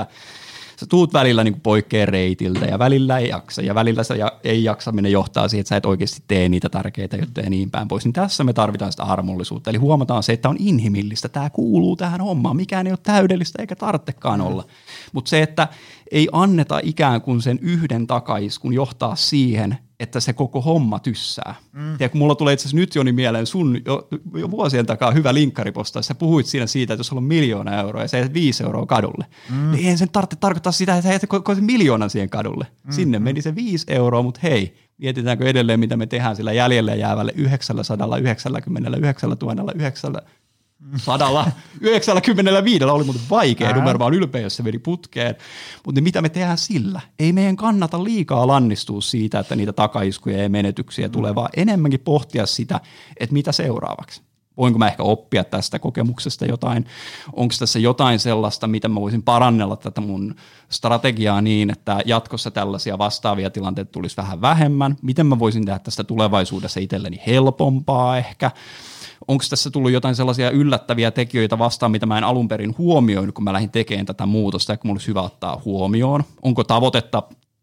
tuut välillä niin kuin poikkeen reitiltä ja välillä ei jaksa ja välillä se ei jaksaminen johtaa siihen, että sä et oikeasti tee niitä tärkeitä juttuja ja niin päin pois. Niin tässä me tarvitaan sitä armollisuutta. Eli huomataan se, että on inhimillistä. Tämä kuuluu tähän hommaan. Mikään ei ole täydellistä eikä tarvitsekaan olla. Mutta se, että ei anneta ikään kuin sen yhden takaiskun johtaa siihen, että se koko homma tyssää. Ja kun mulla tulee itse asiassa nyt Joni mieleen sun jo vuosien takaa hyvä linkkariposta, sä puhuit siinä siitä, että jos sulla on 1 000 000 euroa ja sä jätät 5 euroa kadulle, niin ei sen tarvitse tarkoittaa sitä, että sä jätät koko 1 000 000 siihen kadulle. Sinne meni se 5 euroa, mutta hei, mietitäänkö edelleen, mitä me tehdään sillä jäljelle jäävälle 999 195 oli muuten vaikea numero, mä oon ylpeä, jos se meni putkeen. Mutta mitä me tehdään sillä? Ei meidän kannata liikaa lannistua siitä, että niitä takaiskuja ja menetyksiä tulee, vaan enemmänkin pohtia sitä, että mitä seuraavaksi. Voinko mä ehkä oppia tästä kokemuksesta jotain? Onko tässä jotain sellaista, mitä mä voisin parannella tätä mun strategiaa niin, että jatkossa tällaisia vastaavia tilanteita tulisi vähän vähemmän? Miten mä voisin tehdä tästä tulevaisuudessa itselleni helpompaa ehkä? onko tässä tullut jotain sellaisia yllättäviä tekijöitä vastaan, mitä mä en alun perin huomioinut, kun mä lähdin tekemään tätä muutosta, ja kun mulla olisi hyvä ottaa huomioon. Onko tavoitetta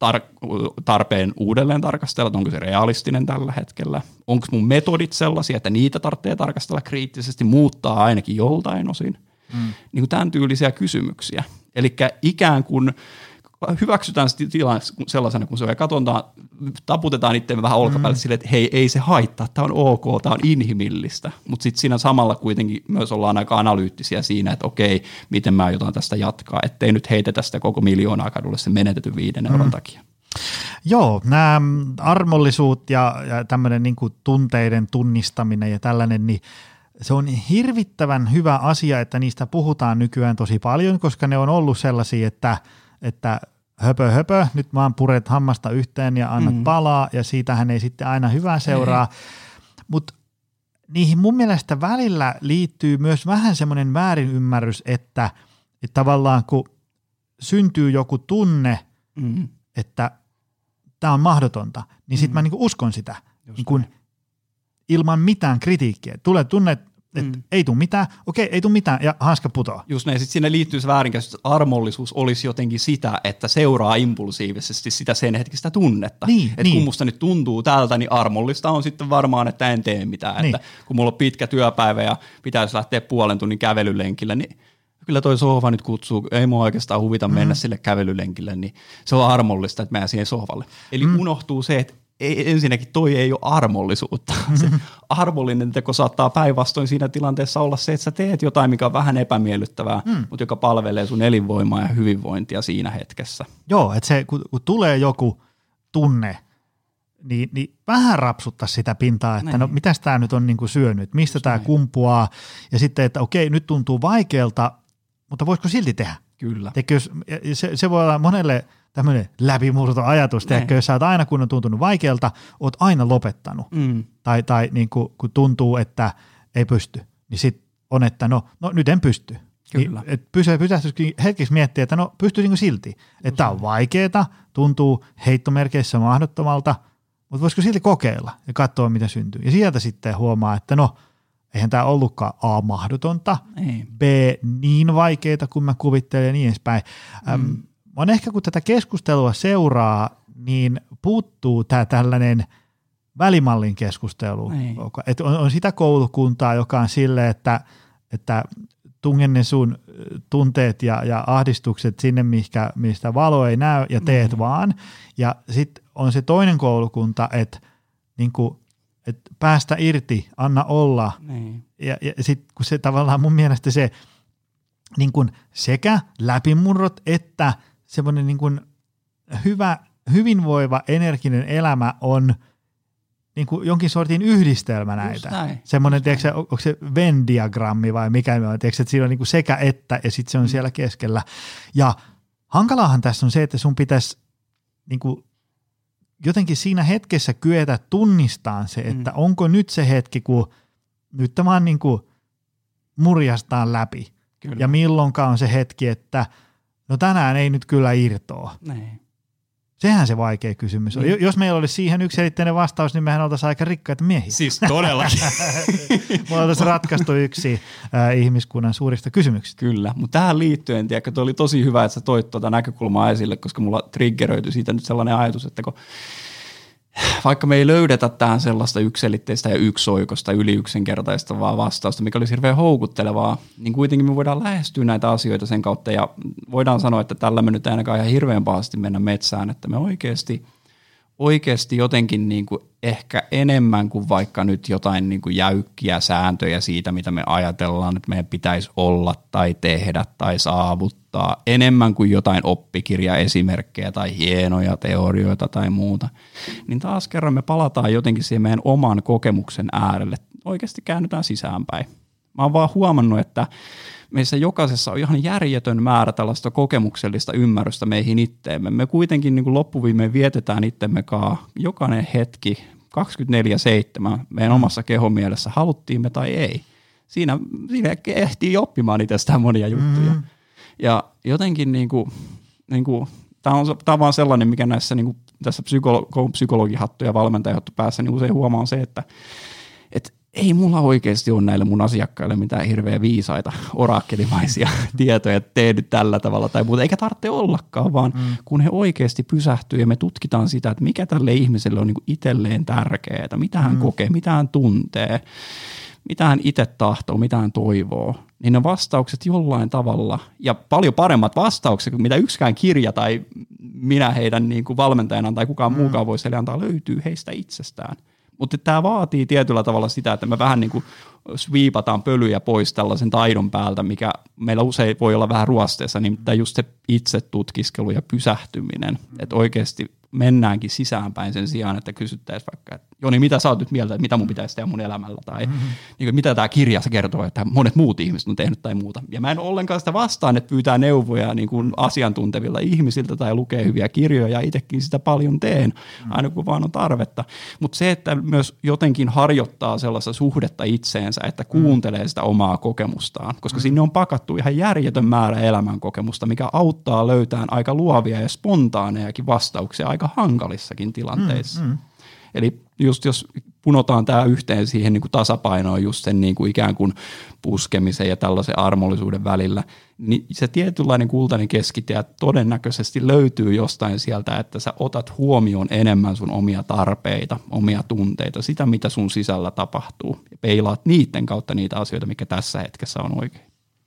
tarpeen uudelleen tarkastella, onko se realistinen tällä hetkellä? Onko mun metodit sellaisia, että niitä tarvitsee tarkastella kriittisesti, muuttaa ainakin joltain osin? Niin kuin tämän tyylisiä kysymyksiä. Eli ikään kuin hyväksytään se tilanne sellaisena, kun se on, ja katsotaan, taputetaan itseämme vähän olkapäälle silleen, että hei, ei se haittaa, tämä on ok, tämä on inhimillistä, mutta sitten siinä samalla kuitenkin myös ollaan aika analyyttisiä siinä, että okei, miten mä aiotaan tästä jatkaa, ettei nyt heitetä sitä koko miljoonaa kadulle sen menetetyn 5 euron takia. Joo, nämä armollisuut ja tämmöinen niin kuin tunteiden tunnistaminen ja tällainen, niin se on hirvittävän hyvä asia, että niistä puhutaan nykyään tosi paljon, koska ne on ollut sellaisia, että höpö, nyt vaan puret hammasta yhteen ja annat palaa, ja siitähän ei sitten aina hyvää seuraa. Mutta niihin mun mielestä välillä liittyy myös vähän semmoinen väärinymmärrys, että tavallaan kun syntyy joku tunne, että tämä on mahdotonta, niin sitten mä niinku uskon sitä niinku ilman mitään kritiikkiä. Tulee tunne, että ei tule mitään, okei, ei tule mitään, ja hanska putoaa. Just näin, sitten siinä liittyy se väärinkäsitys, että armollisuus olisi jotenkin sitä, että seuraa impulsiivisesti sitä sen hetkistä tunnetta. Että kun musta nyt tuntuu tältä, niin armollista on sitten varmaan, että en tee mitään. Että kun mulla on pitkä työpäivä ja pitäisi lähteä 0,5 tunnin kävelylenkille, niin kyllä toi sohva nyt kutsuu, ei mua oikeastaan huvita mennä sille kävelylenkille, niin se on armollista, että menen siihen sohvalle. Eli unohtuu se, että ensinnäkin toi ei ole armollisuutta. Se armollinen teko saattaa päinvastoin siinä tilanteessa olla se, että sä teet jotain, mikä on vähän epämiellyttävää, mutta joka palvelee sun elinvoimaa ja hyvinvointia siinä hetkessä. Joo, että se kun tulee joku tunne, niin vähän rapsuttaa sitä pintaa, että no mitäs tää nyt on niinku syönyt, mistä tää kumpuaa, ja sitten, että okei, nyt tuntuu vaikealta, mutta voisiko silti tehdä? Kyllä. Se voi olla monelle tämmöinen läpimurtoajatus, jos sä oot aina, kun on tuntunut vaikealta, oot aina lopettanut. Tai niin kun tuntuu, että ei pysty, niin sit on, että no nyt en pysty. Kyllä. Niin, pysähtyisikin hetkeksi miettiä, että no pystyisikö silti. Että tää on vaikeeta, tuntuu heittomerkeissä mahdottomalta, mutta voisiko silti kokeilla ja katsoa, mitä syntyy. Ja sieltä sitten huomaa, että no eihän tämä ollutkaan A, mahdotonta, B, niin vaikeita kuin mä kuvittelen ja niin edespäin. On ehkä kun tätä keskustelua seuraa, niin puuttuu tämä tällainen välimallin keskustelu. Et on sitä koulukuntaa, joka on silleen, että tungen ne sun tunteet ja ahdistukset sinne, mistä valo ei näy ja teet vaan. Ja sitten on se toinen koulukunta, että niinku, päästä irti, anna olla. Ja sitten kun se tavallaan mun mielestä se niin kun sekä läpimurrot että semmoinen niin kun hyvä, hyvinvoiva, energinen elämä on niin kuin jonkin sortin yhdistelmä näitä. Semmoinen, tiedätkö, onko se Venn-diagrammi vai mikä on, tiedätkö, että siinä on niin kuin sekä että ja sitten se on siellä keskellä. Ja hankalaahan tässä on se, että sun pitäisi niin kuin jotenkin siinä hetkessä kyetä tunnistamaan se, että onko nyt se hetki, kun nyt vaan niin kuin murjastaan läpi. Kyllä. Ja milloinkaan on se hetki, että no tänään ei nyt kyllä irtoa. Sehän se vaikea kysymys on. Jos meillä olisi siihen yksiselitteinen vastaus, niin mehän oltaisiin aika rikkaita miehiä. Siis todellakin. Me oltaisiin ratkaistu yksi ihmiskunnan suurista kysymyksistä. Kyllä, mutta tähän liittyen, tiedätkö, oli tosi hyvä, että sä toit tuota näkökulmaa esille, koska mulla triggeröityi siitä nyt sellainen ajatus, että kun vaikka me ei löydetä tähän sellaista yksiselitteistä ja yksioikoista, yliyksinkertaistavaa vastausta, mikä olisi hirveän houkuttelevaa, niin kuitenkin me voidaan lähestyä näitä asioita sen kautta ja voidaan sanoa, että tällä me nyt ainakaan ihan hirveän pahasti mennä metsään, että me oikeasti jotenkin niin kuin ehkä enemmän kuin vaikka nyt jotain niin kuin jäykkiä sääntöjä siitä, mitä me ajatellaan, että meidän pitäisi olla tai tehdä tai saavuttaa, enemmän kuin jotain oppikirjaesimerkkejä tai hienoja teorioita tai muuta, niin taas kerran me palataan jotenkin siihen meidän oman kokemuksen äärelle. Oikeasti käännytään sisäänpäin. Mä oon vaan huomannut, että meissä jokaisessa on ihan järjetön määrä tällaista kokemuksellista ymmärrystä meihin itteemme. Me kuitenkin niin kuin loppuviimein vietetään itsemme kanssa jokainen hetki 24/7 meidän omassa kehomielessä, haluttiin me tai ei. Siinä ehtii oppimaan itsestään monia juttuja. Ja jotenkin tämä on vaan sellainen, mikä näissä niin kuin tässä psykologihattu ja valmentajahattu päässä niin usein huomaa on se, että ei mulla oikeasti ole näille mun asiakkaille mitään hirveän viisaita oraakkelimaisia tietoja, että tee nyt tällä tavalla tai muuta, eikä tarvitse ollakaan, vaan kun he oikeasti pysähtyy ja me tutkitaan sitä, että mikä tälle ihmiselle on niin kuin itselleen tärkeää, mitä hän kokee, mitä hän tuntee, mitä hän itse tahtoo, mitä hän toivoo, niin ne vastaukset jollain tavalla ja paljon paremmat vastaukset kuin mitä yksikään kirja tai minä heidän niin kuin valmentajana tai kukaan muukaan voisi heille antaa, löytyy heistä itsestään. Mutta tämä vaatii tietyllä tavalla sitä, että me vähän niin kuin sweepataan pölyjä pois tällaisen taidon päältä, mikä meillä usein voi olla vähän ruosteessa, niin just se itse tutkiskelu ja pysähtyminen, että oikeasti mennäänkin sisäänpäin sen sijaan, että kysyttäisiin vaikka, että Joni, mitä sä oot nyt mieltä, että mitä mun pitäisi tehdä mun elämällä, tai niin kuin, mitä tämä kirja se kertoo, että monet muut ihmiset on tehnyt tai muuta. Ja mä en ollenkaan sitä vastaan, että pyytää neuvoja niin kuin asiantuntevilla ihmisiltä tai lukee hyviä kirjoja, ja itsekin sitä paljon teen, aina kun vaan on tarvetta. Mutta se, että myös jotenkin harjoittaa sellaista suhdetta itseensä, että kuuntelee sitä omaa kokemustaan, koska sinne on pakattu ihan järjetön määrä elämänkokemusta, mikä auttaa löytämään aika luovia ja spontaanejakin vastauksia aika hankalissakin tilanteissa. Eli just jos punotaan tämä yhteen siihen niin kuin tasapainoon just sen niin kuin ikään kuin puskemisen ja tällaisen armollisuuden välillä, niin se tietynlainen kultainen keskitie todennäköisesti löytyy jostain sieltä, että sä otat huomioon enemmän sun omia tarpeita, omia tunteita, sitä mitä sun sisällä tapahtuu ja peilaat niiden kautta niitä asioita, mikä tässä hetkessä on oikein.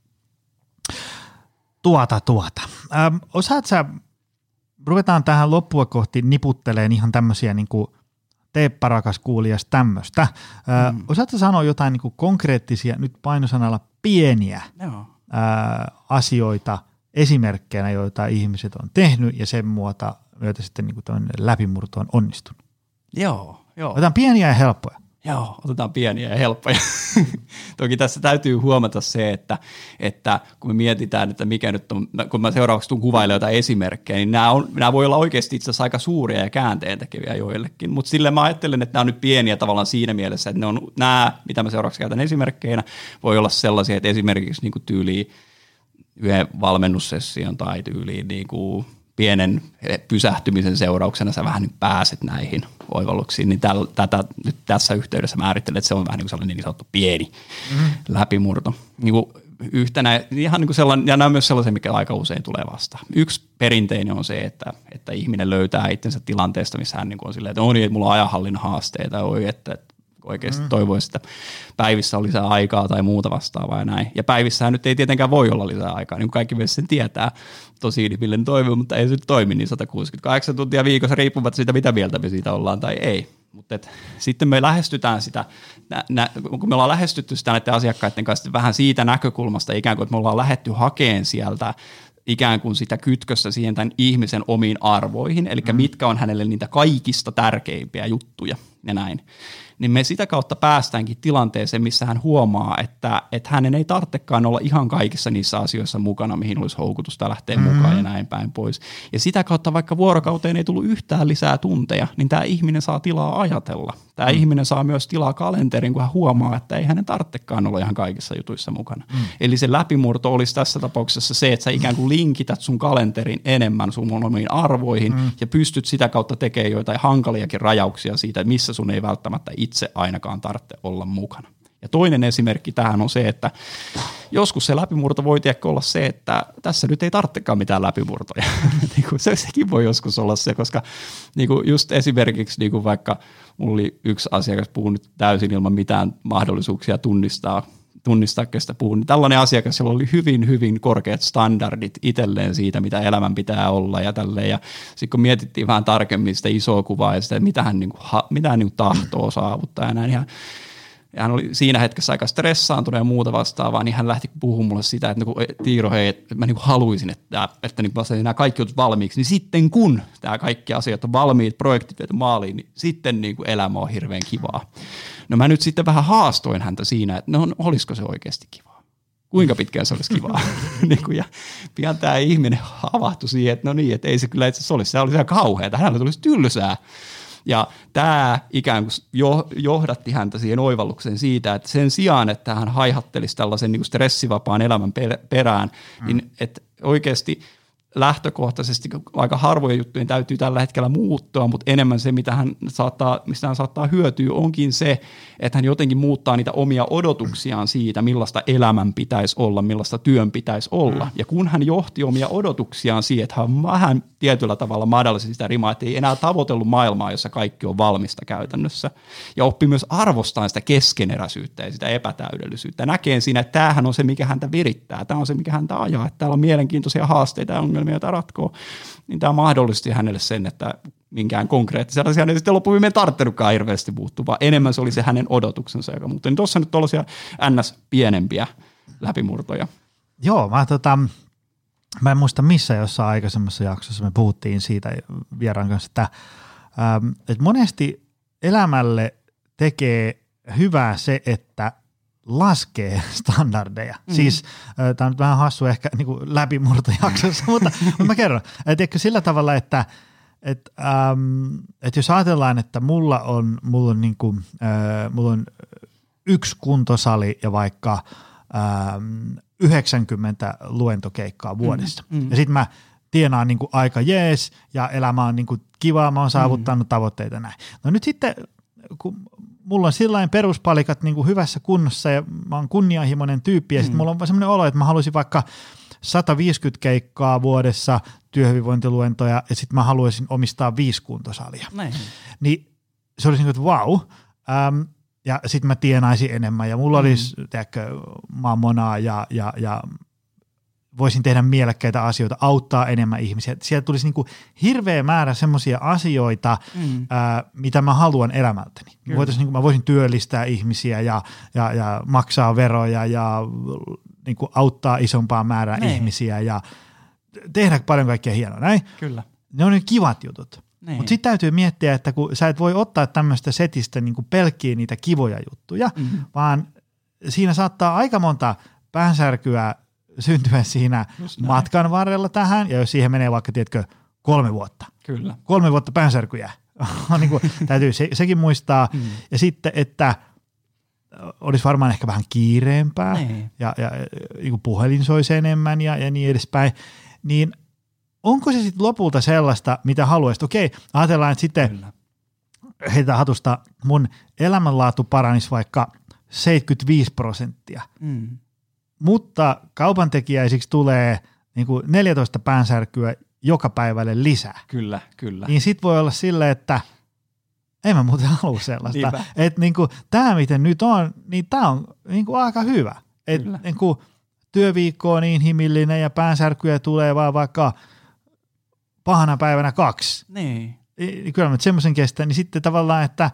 Osaat sä, ruvetaan tähän loppua kohti niputteleen ihan tämmöisiä niin kuin teepä rakas kuulijas tämmöistä. Osaatko sanoa jotain niin kuin konkreettisia, nyt painosanalla pieniä asioita, esimerkkeinä, joita ihmiset on tehnyt ja sen muuta, joita sitten niin kuin läpimurto on onnistunut? Joo. Otetaan pieniä ja helppoja. Joo, otetaan pieniä ja helppoja. Toki tässä täytyy huomata se, että kun me mietitään, että mikä nyt on, kun mä seuraavaksi tuun kuvailemaan jotain esimerkkejä, niin nämä voi olla oikeasti itse asiassa aika suuria ja käänteentekeviä joillekin, mutta sille mä ajattelen, että nämä on nyt pieniä tavallaan siinä mielessä, että ne on nämä, mitä mä seuraavaksi käytän esimerkkeinä, voi olla sellaisia, että esimerkiksi niin kuin tyyliin yhden valmennussession tai tyyliin niin kuin pienen pysähtymisen seurauksena sä vähän nyt pääset näihin oivalluksiin, niin tätä nyt tässä yhteydessä määrittelen, että se on vähän niin kuin sellainen niin sanottu pieni läpimurto. Niin kuin yhtenä, ihan niin kuin sellainen, ja nämä on myös sellaisia, mikä aika usein tulee vastaan. Yksi perinteinen on se, että ihminen löytää itsensä tilanteesta, missä hän niin kuin on silleen, että että mulla on ajanhallinnan haasteita, että oikeasti toivoisi, että päivissä on lisää aikaa tai muuta vastaavaa ja näin. Ja päivissähän nyt ei tietenkään voi olla lisää aikaa, niin kuin kaikki myös sen tietää. Tosi inhimillinen toive, mutta ei se nyt toimi niin 168 tuntia viikossa riippumatta siitä, mitä mieltä me siitä ollaan tai ei. Mutta sitten me lähestytään sitä, kun me ollaan lähestytty sitä näiden asiakkaiden kanssa vähän siitä näkökulmasta ikään kuin, että me ollaan lähdetty hakeen sieltä ikään kuin sitä kytkössä siihen tämän ihmisen omiin arvoihin, eli mitkä on hänelle niitä kaikista tärkeimpiä juttuja ja näin. Niin me sitä kautta päästäänkin tilanteeseen, missä hän huomaa, että hänen ei tarvitsekaan olla ihan kaikissa niissä asioissa mukana, mihin olisi houkutusta lähteä mukaan ja näin päin pois. Ja sitä kautta vaikka vuorokauteen ei tullut yhtään lisää tunteja, niin tämä ihminen saa tilaa ajatella. Tämä ihminen saa myös tilaa kalenteriin, kun hän huomaa, että ei hänen tarvitsekaan olla ihan kaikissa jutuissa mukana. Eli se läpimurto olisi tässä tapauksessa se, että sä ikään kuin linkität sun kalenterin enemmän sun omiin arvoihin ja pystyt sitä kautta tekemään joitain hankaliakin rajauksia siitä, että missä sun ei välttämättä itse ainakaan tarvitse olla mukana. Ja toinen esimerkki tähän on se, että joskus se läpimurto voi olla se, että tässä nyt ei tarvitsekaan mitään läpimurtoja. Sekin voi joskus olla se, koska just esimerkiksi vaikka mulla oli yksi asiakas puhunut täysin ilman mitään mahdollisuuksia tunnistaa, kestä puhun. Tällainen asiakas, jolla oli hyvin, hyvin korkeat standardit itselleen siitä, mitä elämän pitää olla ja tälleen. Ja sitten kun mietittiin vähän tarkemmin sitä isoa kuvaa ja sitä, että mitä hän tahtoo saavuttaa ja näin. Ja hän oli siinä hetkessä aika stressaantunut ja muuta vastaavaa, niin hän lähti puhumaan mulle sitä, että Tiiro, hei, että mä haluaisin, että nämä kaikki on valmiiksi, niin sitten kun tämä kaikki asiat on valmiit, projektit viety maaliin, niin sitten elämä on hirveän kivaa. No mä nyt sitten vähän haastoin häntä siinä, että olisiko se oikeasti kivaa? Kuinka pitkään se olisi kivaa? Ja pian tämä ihminen havahtui siihen, että että ei se kyllä itse asiassa olisi. Se oli ihan kauheata, hänellä tulisi tylsää. Ja tämä ikään kuin johdatti häntä siihen oivallukseen siitä, että sen sijaan, että hän haihattelisi tällaisen stressivapaan elämän perään, niin että oikeasti lähtökohtaisesti aika harvoja juttuja täytyy tällä hetkellä muuttua, mutta enemmän se, mistä hän saattaa hyötyä, onkin se, että hän jotenkin muuttaa niitä omia odotuksiaan siitä, millaista elämän pitäisi olla, millaista työn pitäisi olla. Ja kun hän johti omia odotuksiaan siihen, että hän vähän tietyllä tavalla madalsi sitä rimaa, että ei enää tavoitellut maailmaa, jossa kaikki on valmista käytännössä, ja oppi myös arvostamaan sitä keskeneräisyyttä ja sitä epätäydellisyyttä. Näkee siinä, että tämähän on se, mikä häntä virittää, tämä on se, mikä häntä ajaa, että täällä on mielenkiintoisia haasteita ja ongelmia, joita ratkoo, niin tämä mahdollisti hänelle sen, että minkään konkreettisia asioita ei sitten loppuviimeen tarvittanutkaan hirveästi muuttua, vaan enemmän se oli se hänen odotuksensa, joka muuttui. Niin tuossa nyt tuollaisia pienempiä läpimurtoja. Joo, mä en muista missä jossain aikaisemmassa jaksossa me puhuttiin siitä vieraan kanssa, että monesti elämälle tekee hyvää se, että laskee standardeja. Siis tämä on nyt vähän hassu ehkä niin kuin läpimurtojaksossa, mutta mä kerron. Tiedätkö sillä tavalla, että jos ajatellaan, että mulla on yksi kuntosali ja vaikka 90 luentokeikkaa vuodessa. Ja sitten mä tienaan niin kuin aika jees ja elämä on niin kuin kivaa, mä oon saavuttanut tavoitteita näin. No nyt sitten, kun mulla on sillain peruspalikat niin kuin hyvässä kunnossa ja mä oon kunnianhimoinen tyyppi ja sitten mulla on semmoinen olo, että mä haluaisin vaikka 150 keikkaa vuodessa työhyvinvointiluentoja ja sitten mä haluaisin omistaa 5 kuntosalia. Näin. Niin se olisi niin kuin, että vau. Ja sitten mä tienaisin enemmän ja mulla olisi mammonaa ja voisin tehdä mielekkäitä asioita, auttaa enemmän ihmisiä. Sieltä tulisi niinku hirveä määrä semmoisia asioita, mitä mä haluan elämältäni. Mä voisin työllistää ihmisiä ja maksaa veroja ja niinku auttaa isompaa määrää ihmisiä ja tehdä paljon kaikkea hienoa. Näin? Kyllä. Ne on ne kivat jutut. Mutta sitten täytyy miettiä, että kun sä et voi ottaa tämmöistä setistä niinku pelkkiä niitä kivoja juttuja, vaan siinä saattaa aika monta päänsärkyä syntyä siinä matkan varrella tähän, ja jos siihen menee vaikka, tiedätkö, 3 vuotta. Kyllä. 3 vuotta päänsärkyjä. Niin täytyy sekin muistaa. Ja sitten, että olisi varmaan ehkä vähän kiireempää, ja niin kuin puhelin soisi enemmän ja niin edespäin. Niin onko se sitten lopulta sellaista, mitä haluaisit? Okei, ajatellaan, että sitten heitä hatusta mun elämänlaatu paranisi vaikka 75%. Mutta kaupantekijäisiksi tulee niin kuin 14 päänsärkyä joka päivälle lisää. Kyllä. Niin sit voi olla silleen, että en mä muuten halua sellaista. Että niin tämä miten nyt on, niin tämä on niin kuin aika hyvä. Että niin työviikko on inhimillinen ja päänsärkyjä tulee vaan vaikka pahana päivänä 2. Niin. Kyllä mä semmoisen kestän, niin sitten tavallaan, että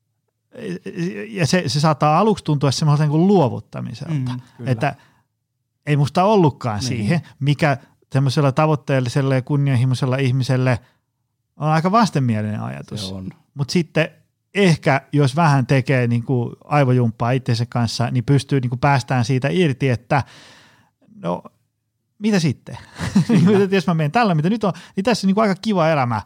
ja se saattaa aluksi tuntua semmoiselta niin kuin luovuttamiselta, että ei musta ollutkaan siihen, mikä tämmöisellä tavoitteellisella ja kunnianhimoisella ihmiselle on aika vastenmielinen ajatus. Mutta sitten ehkä, jos vähän tekee niin kuin aivojumppaa itsensä kanssa, niin pystyy niin kuin päästään siitä irti, että no mitä sitten? Jos mä menen tällä, mitä nyt on, niin tässä on niin kuin aika kiva elämä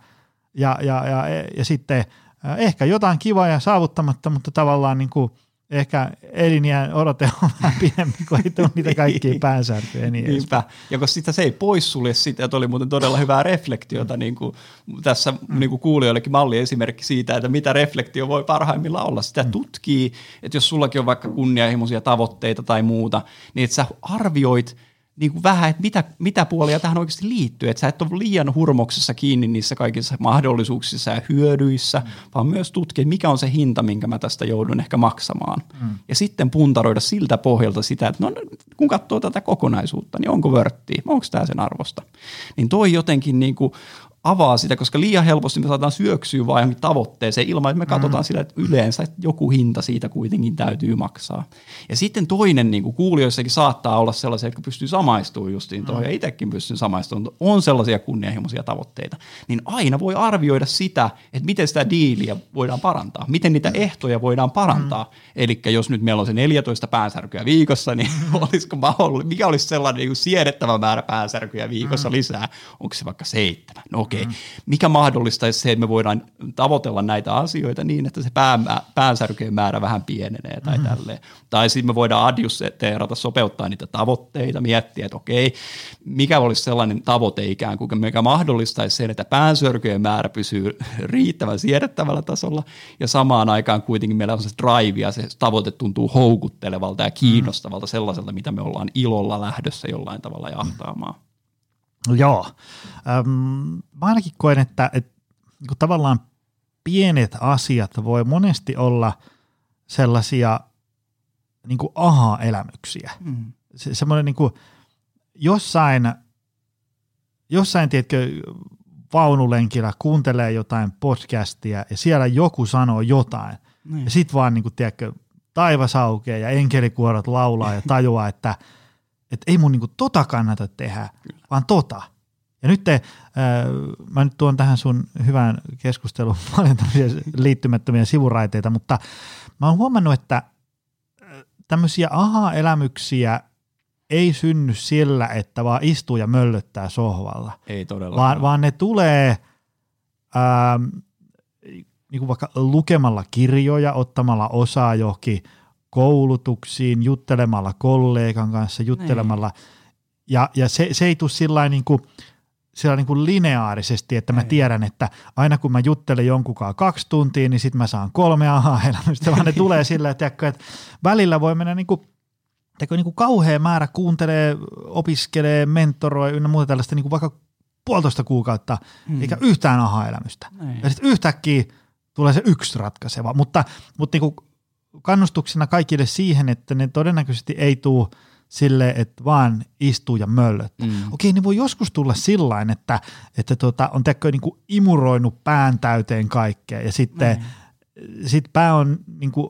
ja sitten ehkä jotain kivaa ja saavuttamatta, mutta tavallaan niin kuin ehkä eliniän odote on vähän pidempi, kun ei tule niitä kaikkia päänsärkyjä. Niinpä. Ja kun sitä se ei poissulje sitä, että oli muuten todella hyvää reflektiota niin kuin tässä niin kuin kuulijoillekin malliesimerkki siitä, että mitä reflektio voi parhaimmillaan olla. Sitä tutkii, että jos sullakin on vaikka kunnianhimoisia tavoitteita tai muuta, niin että sä arvioit niin kuin vähän, että mitä puolia tähän oikeasti liittyy, että sä et ole liian hurmoksessa kiinni niissä kaikissa mahdollisuuksissa ja hyödyissä, vaan myös tutkia, mikä on se hinta, minkä mä tästä joudun ehkä maksamaan. Ja sitten puntaroida siltä pohjalta sitä, että no, kun katsoo tätä kokonaisuutta, niin onko vörttiä, onko tämä sen arvosta. Niin toi jotenkin niin kuin avaa sitä, koska liian helposti me saadaan syöksyä vaan johonkin tavoitteeseen ilman, että me katsotaan sillä, että yleensä että joku hinta siitä kuitenkin täytyy maksaa. Ja sitten toinen niin kuin kuulijoissakin saattaa olla sellaisia, jotka pystyy samaistumaan justiin tuohon, ja itsekin pystyy samaistumaan, on sellaisia kunnianhimoisia tavoitteita, niin aina voi arvioida sitä, että miten sitä diiliä voidaan parantaa, miten niitä ehtoja voidaan parantaa. Eli jos nyt meillä on se 14 päänsärkyä viikossa, niin mikä olisi sellainen niin kuin siedettävä määrä päänsärkyä viikossa lisää? Onko se vaikka 7? No okei, mikä mahdollistaisi se, että me voidaan tavoitella näitä asioita niin, että se päänsärkyjen määrä vähän pienenee tai tälleen. Tai sitten me voidaan adjusteerata, sopeuttaa niitä tavoitteita, miettiä, että okei, mikä olisi sellainen tavoite ikään kuin, mikä mahdollistaisi sen, että päänsärkyjen määrä pysyy riittävän siedettävällä tasolla ja samaan aikaan kuitenkin meillä on se drive ja se tavoite tuntuu houkuttelevalta ja kiinnostavalta sellaiselta, mitä me ollaan ilolla lähdössä jollain tavalla jahtaamaan. Joo. Mä ainakin koen, että niin tavallaan pienet asiat voi monesti olla sellaisia niin kuin aha-elämyksiä. Semmoinen niin kuin jossain tiedätkö, vaunulenkillä kuuntelee jotain podcastia ja siellä joku sanoo jotain. Ja sit vaan niin kuin, tiedätkö, taivas aukeaa ja enkelikuorot laulaa ja tajuaa, että ei mun niin kuin tota kannata tehdä, vaan tota. Ja nyt mä nyt tuon tähän sun hyvään keskusteluun paljon liittymättömiä sivuraiteita, mutta mä oon huomannut, että tämmöisiä aha-elämyksiä ei synny sillä, että vaan istuu ja möllöttää sohvalla. Ei todellakaan. Vaan ne tulee niin kuin vaikka lukemalla kirjoja, ottamalla osaa johonkin koulutuksiin, juttelemalla kollegan kanssa, juttelemalla. Ja se ei tule sillain niin kuin lineaarisesti, että mä tiedän, että aina kun mä juttelen jonkunkaan 2 tuntia, niin sit mä saan 3 aha-elämystä, vaan ne tulee sillä, että välillä voi mennä niin kuin kauhea määrä kuuntelee, opiskelee, mentoroi ynnä muuta tällaista niin kuin vaikka 1,5 kuukautta, eikä yhtään aha-elämystä. Ja sitten yhtäkkiä tulee se yksi ratkaiseva, mutta niin kuin kannustuksena kaikille siihen, että ne todennäköisesti ei tule silleen, että vaan istuu ja möllöt. Okei, niin voi joskus tulla sillain, että on niin kuin imuroinut pään täyteen kaikkea ja sitten pää on niin kuin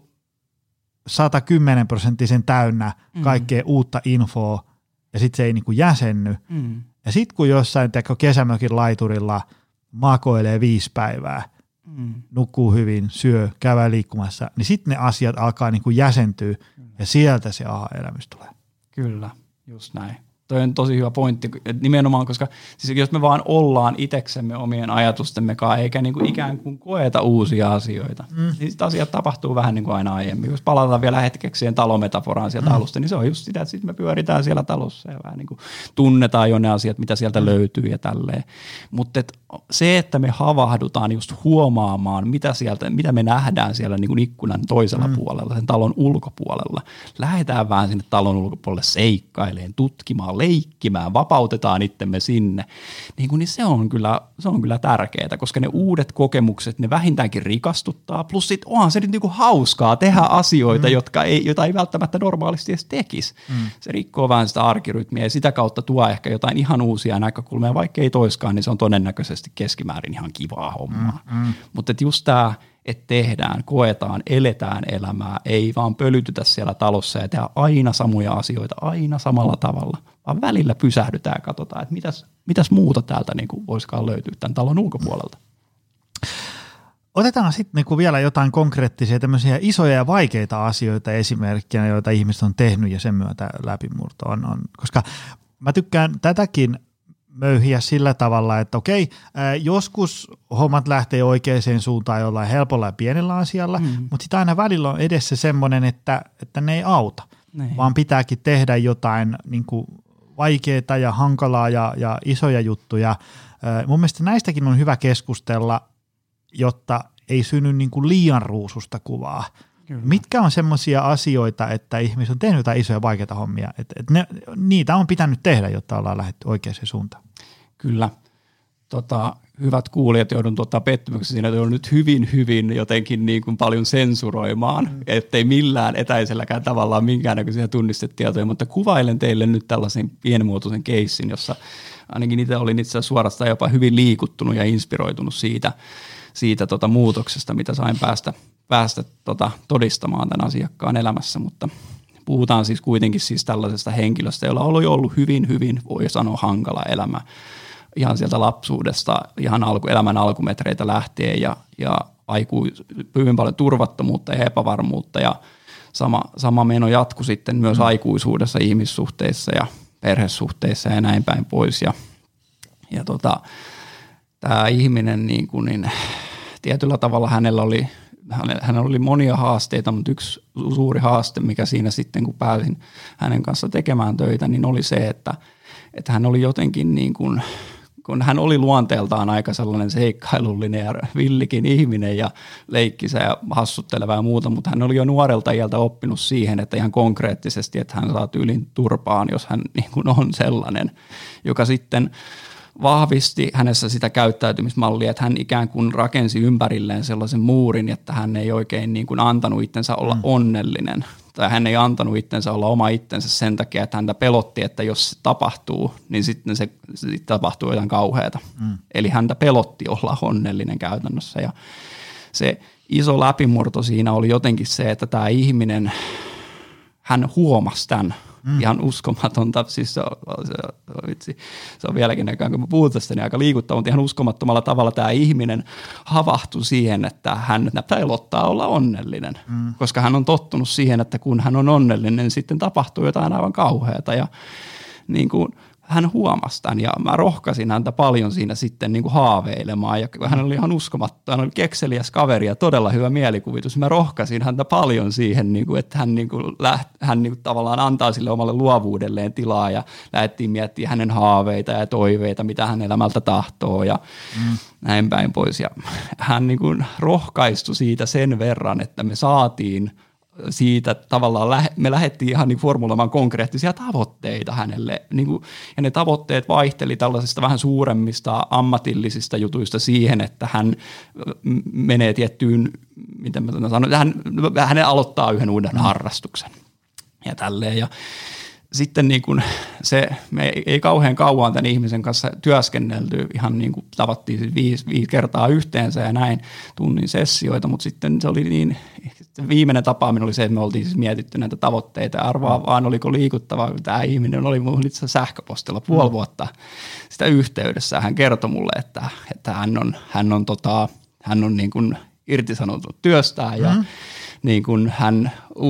110% täynnä kaikkea uutta infoa ja sitten se ei niin kuin jäsenny. Ja sitten kun jossain kesämökin laiturilla makoilee 5 päivää, nukkuu hyvin, syö, käy liikkumassa, niin sitten ne asiat alkaa niin kuin jäsentyä ja sieltä se aha-elämys tulee. Kyllä, just näin. Toi on tosi hyvä pointti, nimenomaan, koska siis jos me vaan ollaan iteksemme omien ajatustemmekaan, eikä niin kuin ikään kuin koeta uusia asioita, niin sitten asiat tapahtuu vähän niin kuin aina aiemmin. Jos palataan vielä hetkeksi siihen talometaforaan sieltä alusta, niin se on just sitä, että sitten me pyöritään siellä talossa ja vähän niin kuin tunnetaan jo ne asiat, mitä sieltä löytyy ja tälleen. Mutta se, että me havahdutaan just huomaamaan, mitä me nähdään siellä niin kuin ikkunan toisella puolella, sen talon ulkopuolella. Lähdetään vähän sinne talon ulkopuolelle seikkaileen, tutkimaan, leikkimään, vapautetaan itsemme sinne, niin se on kyllä tärkeää, koska ne uudet kokemukset, ne vähintäänkin rikastuttaa, plus sit onhan se nyt niin kuin hauskaa tehdä asioita, joita ei välttämättä normaalisti edes tekisi. Se rikkoo vähän sitä arkirytmiä ja sitä kautta tuo ehkä jotain ihan uusia näkökulmia, vaikka ei toiskaan, niin se on todennäköisesti keskimäärin ihan kivaa hommaa. Mutta just tämä, että tehdään, koetaan, eletään elämää, ei vaan pölytytä siellä talossa ja tehdä aina samoja asioita aina samalla tavalla, vaan välillä pysähdytään ja katsotaan, että mitäs muuta täältä niin kuin voisikaan löytyä tämän talon ulkopuolelta. Otetaan sitten niin vielä jotain konkreettisia tämmöisiä isoja ja vaikeita asioita esimerkkinä, joita ihmiset on tehnyt ja sen myötä läpimurto on. Koska mä tykkään tätäkin möyhiä sillä tavalla, että okei, joskus hommat lähtee oikeaan suuntaan jollain helpolla ja pienellä asialla, mutta sitten aina välillä on edessä semmoinen, että ne ei auta, vaan pitääkin tehdä jotain niin kuin vaikeaa ja hankalaa ja isoja juttuja. Mun mielestä näistäkin on hyvä keskustella, jotta ei synny niin kuin liian ruususta kuvaa. Kyllä. Mitkä on semmoisia asioita, että ihmiset on tehnyt jotain isoja vaikeita hommia, että niitä on pitänyt tehdä, jotta ollaan lähdetty oikeaan suuntaan? Kyllä. Hyvät kuulijat, joudun pettymyksessä siinä, että joudun nyt hyvin jotenkin niin kuin paljon sensuroimaan, ettei millään etäiselläkään tavallaan minkäännäköisiä tunnistetietoja, mutta kuvailen teille nyt tällaisen pienimuotoisen keissin, jossa ainakin itse olin itse asiassa suorastaan jopa hyvin liikuttunut ja inspiroitunut siitä muutoksesta, mitä sain päästä todistamaan tämän asiakkaan elämässä, mutta puhutaan siis kuitenkin siis tällaisesta henkilöstä, jolla oli ollut hyvin, voi sanoa, hankala elämä ihan sieltä lapsuudesta, ihan elämän alkumetreitä lähtien ja hyvin paljon turvattomuutta ja epävarmuutta ja sama meno jatkui sitten myös aikuisuudessa, ihmissuhteissa ja perhesuhteissa ja näin päin pois ja tämä ihminen tietyllä tavalla hänellä oli monia haasteita, mutta yksi suuri haaste, mikä siinä sitten kun pääsin hänen kanssa tekemään töitä, niin oli se, että hän oli jotenkin kun hän oli luonteeltaan aika sellainen seikkailullinen ja villikin ihminen ja leikkisä ja hassutteleva ja muuta, mutta hän oli jo nuorelta iältä oppinut siihen, että ihan konkreettisesti, että hän saa tyylin turpaan, jos hän on sellainen, joka sitten vahvisti hänessä sitä käyttäytymismallia, että hän ikään kuin rakensi ympärilleen sellaisen muurin, että hän ei oikein antanut itsensä olla onnellinen. Tai hän ei antanut itsensä olla oma itsensä sen takia, että häntä pelotti, että jos se tapahtuu, niin sitten se tapahtuu jotain kauheata. Eli häntä pelotti olla onnellinen käytännössä. Ja se iso läpimurto siinä oli jotenkin se, että tämä ihminen, hän huomasi tämän. Ihan uskomatonta, siis se on vieläkin näköjään, kun mä puhun tästä, niin aika liikuttava, mutta ihan uskomattomalla tavalla tämä ihminen havahtui siihen, että hän pelottaa olla onnellinen, koska hän on tottunut siihen, että kun hän on onnellinen, niin sitten tapahtuu jotain aivan kauheata ja hän huomasi tämän ja mä rohkaisin häntä paljon siinä sitten haaveilemaan ja hän oli ihan uskomaton, hän oli kekseliäs kaveri ja todella hyvä mielikuvitus. Mä rohkaisin häntä paljon siihen, että hän tavallaan antaa sille omalle luovuudelleen tilaa ja lähdettiin miettimään hänen haaveita ja toiveita, mitä hän elämältä tahtoo ja näin päin pois. Ja hän rohkaistui siitä sen verran, että me saatiin siitä tavallaan me lähdettiin ihan formuloimaan konkreettisia tavoitteita hänelle. Ja ne tavoitteet vaihteli tällaisista vähän suuremmista ammatillisista jutuista siihen, että hän menee tiettyyn, miten mä sanon, hän aloittaa yhden uuden harrastuksen ja tälleen. Ja sitten me ei kauhean kauan tämän ihmisen kanssa työskennelty, ihan tavattiin 5 kertaa yhteensä ja näin tunnin sessioita, mutta sitten se oli viimeinen tapaaminen oli se, että me oltiin siis mietitty näitä tavoitteita ja arvaa vaan oliko liikuttavaa, kun tämä ihminen oli mun itse sähköpostilla puoli vuotta sitä yhteydessä. Hän kertoi mulle, että hän on irtisanoutunut työstään ja hän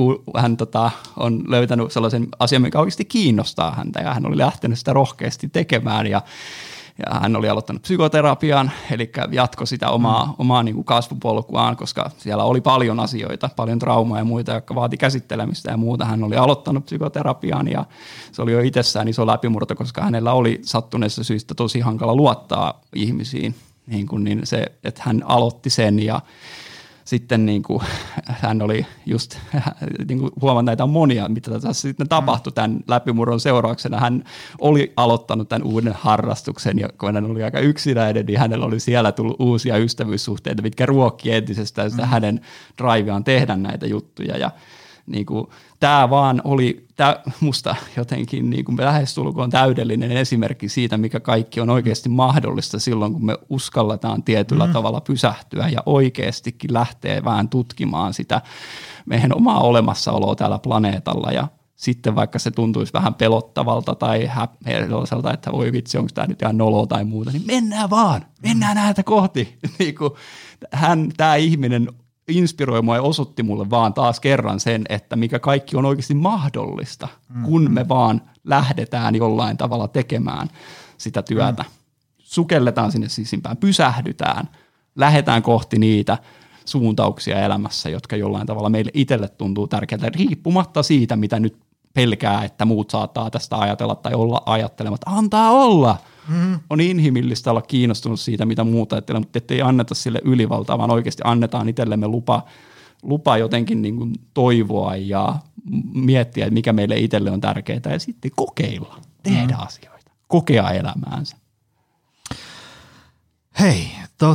on löytänyt sellaisen asian, mikä oikeasti kiinnostaa häntä ja hän oli lähtenyt sitä rohkeasti tekemään ja hän oli aloittanut psykoterapian, eli jatkoi sitä omaa kasvupolkuaan, koska siellä oli paljon asioita, paljon traumaa ja muita, jotka vaati käsittelemistä ja muuta. Hän oli aloittanut psykoterapian ja se oli jo itsessään iso läpimurto, koska hänellä oli sattuneessa syystä tosi hankala luottaa ihmisiin, se, että hän aloitti sen ja sitten hän oli just huomannut näitä monia, mitä tässä sitten tapahtui tämän läpimurron seurauksena. Hän oli aloittanut tämän uuden harrastuksen ja kun hän oli aika yksinäinen, niin hänellä oli siellä tullut uusia ystävyyssuhteita, mitkä ruokki entisestään sitä hänen driveaan tehdä näitä juttuja ja tämä vaan oli musta jotenkin lähestulkoon täydellinen esimerkki siitä, mikä kaikki on oikeasti mahdollista silloin, kun me uskalletaan tietyllä tavalla pysähtyä ja oikeastikin lähtee vähän tutkimaan sitä meidän omaa olemassaoloa täällä planeetalla ja sitten vaikka se tuntuisi vähän pelottavalta tai sellaiselta, että voi vitsi, onko tämä nyt ihan noloa tai muuta, niin mennään näitä kohti. Tämä ihminen inspiroi mua ja osoitti mulle vaan taas kerran sen, että mikä kaikki on oikeasti mahdollista, kun me vaan lähdetään jollain tavalla tekemään sitä työtä. Sukelletaan sinne sisimpään, pysähdytään, lähdetään kohti niitä suuntauksia elämässä, jotka jollain tavalla meille itselle tuntuu tärkeältä, riippumatta siitä, mitä nyt pelkää, että muut saattaa tästä ajatella tai olla ajattelematta. Antaa olla! On inhimillistä olla kiinnostunut siitä, mitä muuta ajattelee, mutta ettei anneta sille ylivaltaa, vaan oikeasti annetaan itsellemme lupa jotenkin toivoa ja miettiä, että mikä meille itselle on tärkeää ja sitten kokeilla, tehdä asioita, kokea elämäänsä. Hei,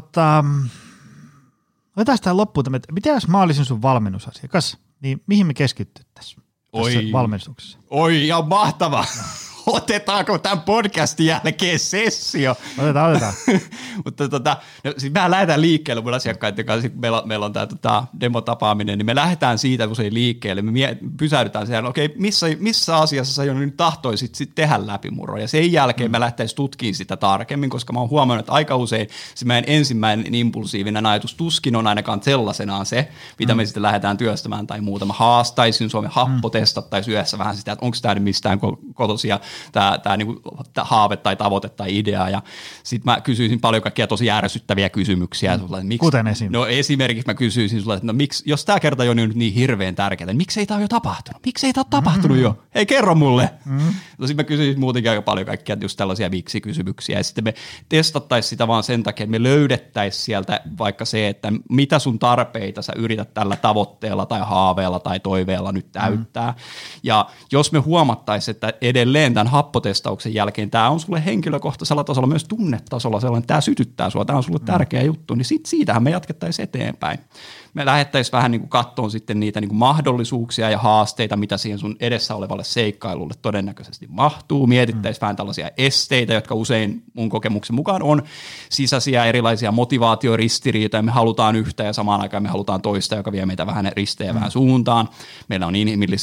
otetaan tähän loppuun, että mitä jos mä olisin sun valmennusasiakas, niin mihin me keskittyttäisiin tässä valmennuksessa? Oi, ihan mahtavaa! Otetaanko tämän podcastin jälkeen sessio? Otetaan. Mutta siis mehän lähdetään liikkeelle mun asiakkaiden kanssa, kun meillä on tämä demotapaaminen, niin me lähdetään siitä usein liikkeelle, me pysähdytään siihen, okei, missä asiassa sä jo nyt tahtoisit sit tehdä läpimurro, ja sen jälkeen me lähtäisiin tutkimaan sitä tarkemmin, koska mä oon huomannut, että aika usein se meidän ensimmäinen impulsiivinen ajatus tuskin on ainakaan sellaisenaan se, mitä me sitten lähdetään työstämään tai muuta. Mä haastaisin Suomen happotestattaisiin yhdessä vähän sitä, että onko tämä mistään kotoisia tämä niinku haave tai tavoite tai idea. Ja sitten mä kysyisin paljon kaikkia tosi ärsyttäviä kysymyksiä. Miksi, kuten esimerkiksi? No esimerkiksi mä kysyisin sulle, että no miksi, jos tämä kerta on nyt niin hirveän tärkeää, niin miksi ei tämä ole jo tapahtunut? Miksi ei tämä ole tapahtunut jo? Hei, kerro mulle. No sitten mä kysyisin muutenkin aika paljon kaikkia just tällaisia miksi-kysymyksiä. Ja sitten me testattaisiin sitä vaan sen takia, että me löydettäisiin sieltä vaikka se, että mitä sun tarpeita sä yrität tällä tavoitteella tai haaveella tai toiveella nyt täyttää. Ja jos me huomattaisiin, että edelleen tämän happotestauksen jälkeen tämä on sulle henkilökohtaisella tasolla, myös tunnetasolla sellainen, että tämä sytyttää sua, tämä on sulle tärkeä juttu, niin siitähän me jatkettaisiin eteenpäin. Me lähettäisiin vähän niin kuin kattoon sitten niitä niin kuin mahdollisuuksia ja haasteita, mitä siihen sun edessä olevalle seikkailulle todennäköisesti mahtuu. Mietittäisiin vähän tällaisia esteitä, jotka usein mun kokemuksen mukaan on sisäisiä erilaisia motivaatioristiriitoja. Me halutaan yhtä ja samaan aikaan me halutaan toista, joka vie meitä vähän ristejävään suuntaan. Meillä on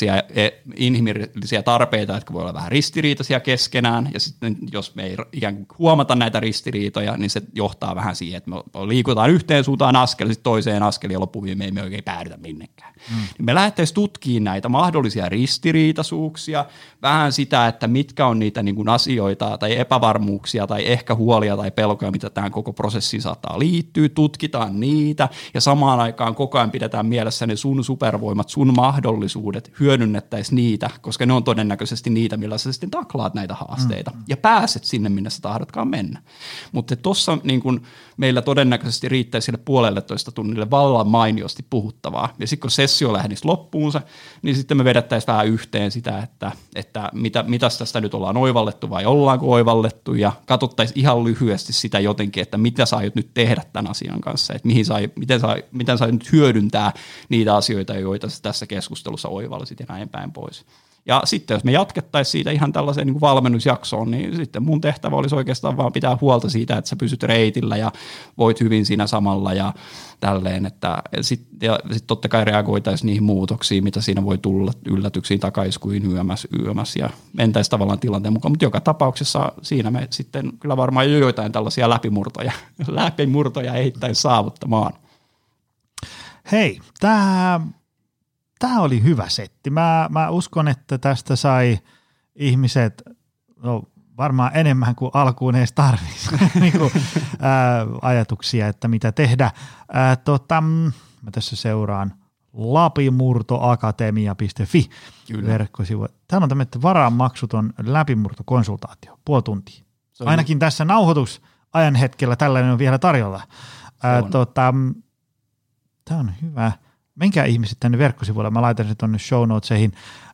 inhimillisiä tarpeita, jotka voi olla vähän ristiriitaisia keskenään. Ja sitten jos me ei ikään kuin huomata näitä ristiriitoja, niin se johtaa vähän siihen, että me liikutaan yhteen suuntaan askel, sitten toiseen askeliin ja loppuviin me ei oikein päädytä minnekään. Me lähdettäisiin tutkimaan näitä mahdollisia ristiriitaisuuksia, vähän sitä, että mitkä on niitä niin kuin asioita tai epävarmuuksia tai ehkä huolia tai pelkoja, mitä tähän koko prosessiin saattaa liittyä, tutkitaan niitä ja samaan aikaan koko ajan pidetään mielessä ne sun supervoimat, sun mahdollisuudet, hyödynnettäisiin niitä, koska ne on todennäköisesti niitä, millä sä sitten taklaat näitä haasteita ja pääset sinne, minne sä tahdotkaan mennä. Mutta tuossa niin kuin meillä todennäköisesti riittäisi sille 1,5 tunnille vallan mainiosti puhuttavaa. Ja sitten kun sessio lähdisi loppuunsa, niin sitten me vedettäisiin vähän yhteen sitä, että mitä tästä nyt ollaan oivallettu vai ollaanko oivallettu, ja katsottaisiin ihan lyhyesti sitä jotenkin, että mitä sä aiot nyt tehdä tämän asian kanssa, että miten sä aiot nyt hyödyntää niitä asioita, joita sä tässä keskustelussa oivallisit ja näin päin pois. Ja sitten jos me jatkettaisiin siitä ihan tällaiseen niin kuin valmennusjaksoon, niin sitten mun tehtävä olisi oikeastaan vaan pitää huolta siitä, että sä pysyt reitillä ja voit hyvin siinä samalla ja tälleen. Sitten totta kai reagoitaisiin niihin muutoksiin, mitä siinä voi tulla yllätyksiin, takaiskuihin, yömäs ja mentäisiin tavallaan tilanteen mukaan. Mutta joka tapauksessa siinä me sitten kyllä varmaan joitain tällaisia läpimurtoja ehdittäisiin saavuttamaan. Hei, Tämä oli hyvä setti. Mä uskon, että tästä sai ihmiset varmaan enemmän kuin alkuun edes tarvitsisi ajatuksia, että mitä tehdä. Mä tässä seuraan lapimurtoakatemia.fi verkkosivu. Täällä on tämmöinen varaamaksuton läpimurtokonsultaatio, 0,5 tuntia. Ainakin tässä nauhoitusajan hetkellä tällainen on vielä tarjolla. Tämä on hyvä. Menkää ihmiset tänne verkkosivuille, mä laitan sen tuonne show notesihin.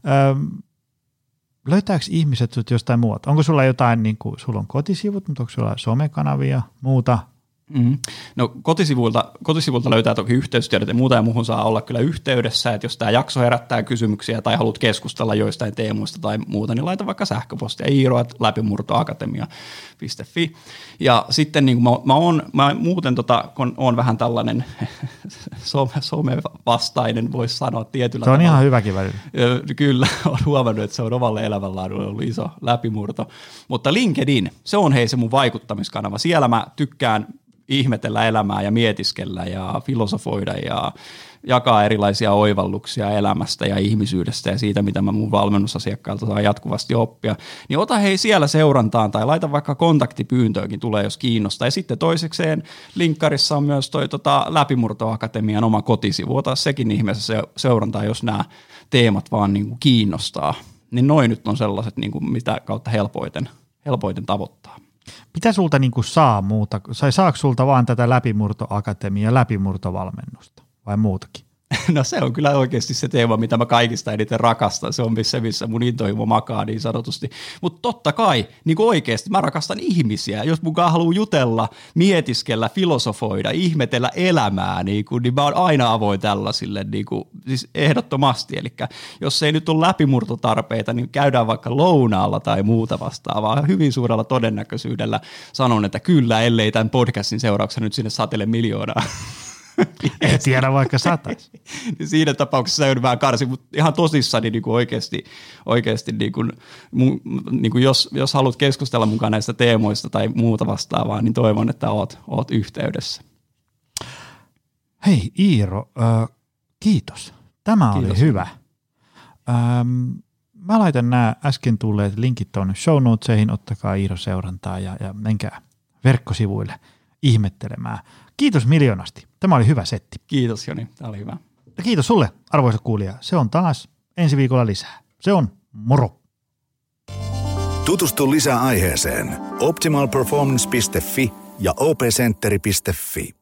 Löytääkö ihmiset sut jostain muuta? Onko sulla jotain, niin kuin, sulla on kotisivut, mutta onko sulla somekanavia, muuta? No kotisivuilta löytää toki yhteystiedot ja muuta ja muuhun saa olla kyllä yhteydessä, että jos tämä jakso herättää kysymyksiä tai haluat keskustella joistain teemoista tai muuta, niin laita vaikka sähköpostia iiro@läpimurtoakatemia.fi. Ja sitten niin mä muuten kun on vähän tällainen somevastainen, voisi sanoa tietyllä tavalla. Se on ihan hyväkin välillä. Kyllä, olen huomannut, että se on omalle elämänlaadulle ollut iso läpimurto. Mutta LinkedIn, se on se mun vaikuttamiskanava. Siellä mä tykkään ihmetellä elämää ja mietiskellä ja filosofoida ja jakaa erilaisia oivalluksia elämästä ja ihmisyydestä ja siitä, mitä mä mun valmennusasiakkailta saan jatkuvasti oppia, niin ota siellä seurantaan tai laita vaikka kontaktipyyntöäkin tulee, jos kiinnostaa. Ja sitten toisekseen linkkarissa on myös toi Läpimurtoakatemian oma kotisivu. Ota sekin ihmeessä seurantaan, jos nämä teemat vaan niin kuin kiinnostaa. Niin noin nyt on sellaiset, niin kuin mitä kautta helpoiten tavoittaa. Mitä sulta niin kuin saa muuta? Saako sulta vaan tätä Läpimurtoakatemia läpimurtovalmennusta vai muutakin? No se on kyllä oikeasti se teema, mitä mä kaikista eniten rakastan. Se on missä mun intohimo makaa niin sanotusti. Mutta totta kai, niin kuin oikeasti mä rakastan ihmisiä. Jos mukaan haluaa jutella, mietiskellä, filosofoida, ihmetellä elämää, niin mä oon aina avoin tällaisille, siis ehdottomasti. Eli jos ei nyt ole läpimurtotarpeita, niin käydään vaikka lounaalla tai muuta vastaavaa. Hyvin suurella todennäköisyydellä sanon, että kyllä, ellei tämän podcastin seurauksena nyt sinne satele miljoonaa. En tiedä vaikka satais. Siinä tapauksessa joudun vähän karsin, mutta ihan tosissani niin kuin oikeasti niin kuin jos haluat keskustella mukaan näistä teemoista tai muuta vastaavaa, niin toivon, että oot yhteydessä. Hei Iiro, kiitos. Tämä oli hyvä. mä laitan nämä äsken tulleet linkit tuonne show notesihin, ottakaa Iiro seurantaa ja menkää verkkosivuille ihmettelemään. Kiitos miljoonasti. Tämä oli hyvä setti. Kiitos Joni, tämä oli hyvä. Ja kiitos sulle, arvoisa kuulija. Se on taas ensi viikolla lisää. Se on moro. Tutustu lisää aiheeseen optimalperformance.fi ja opcenteri.fi.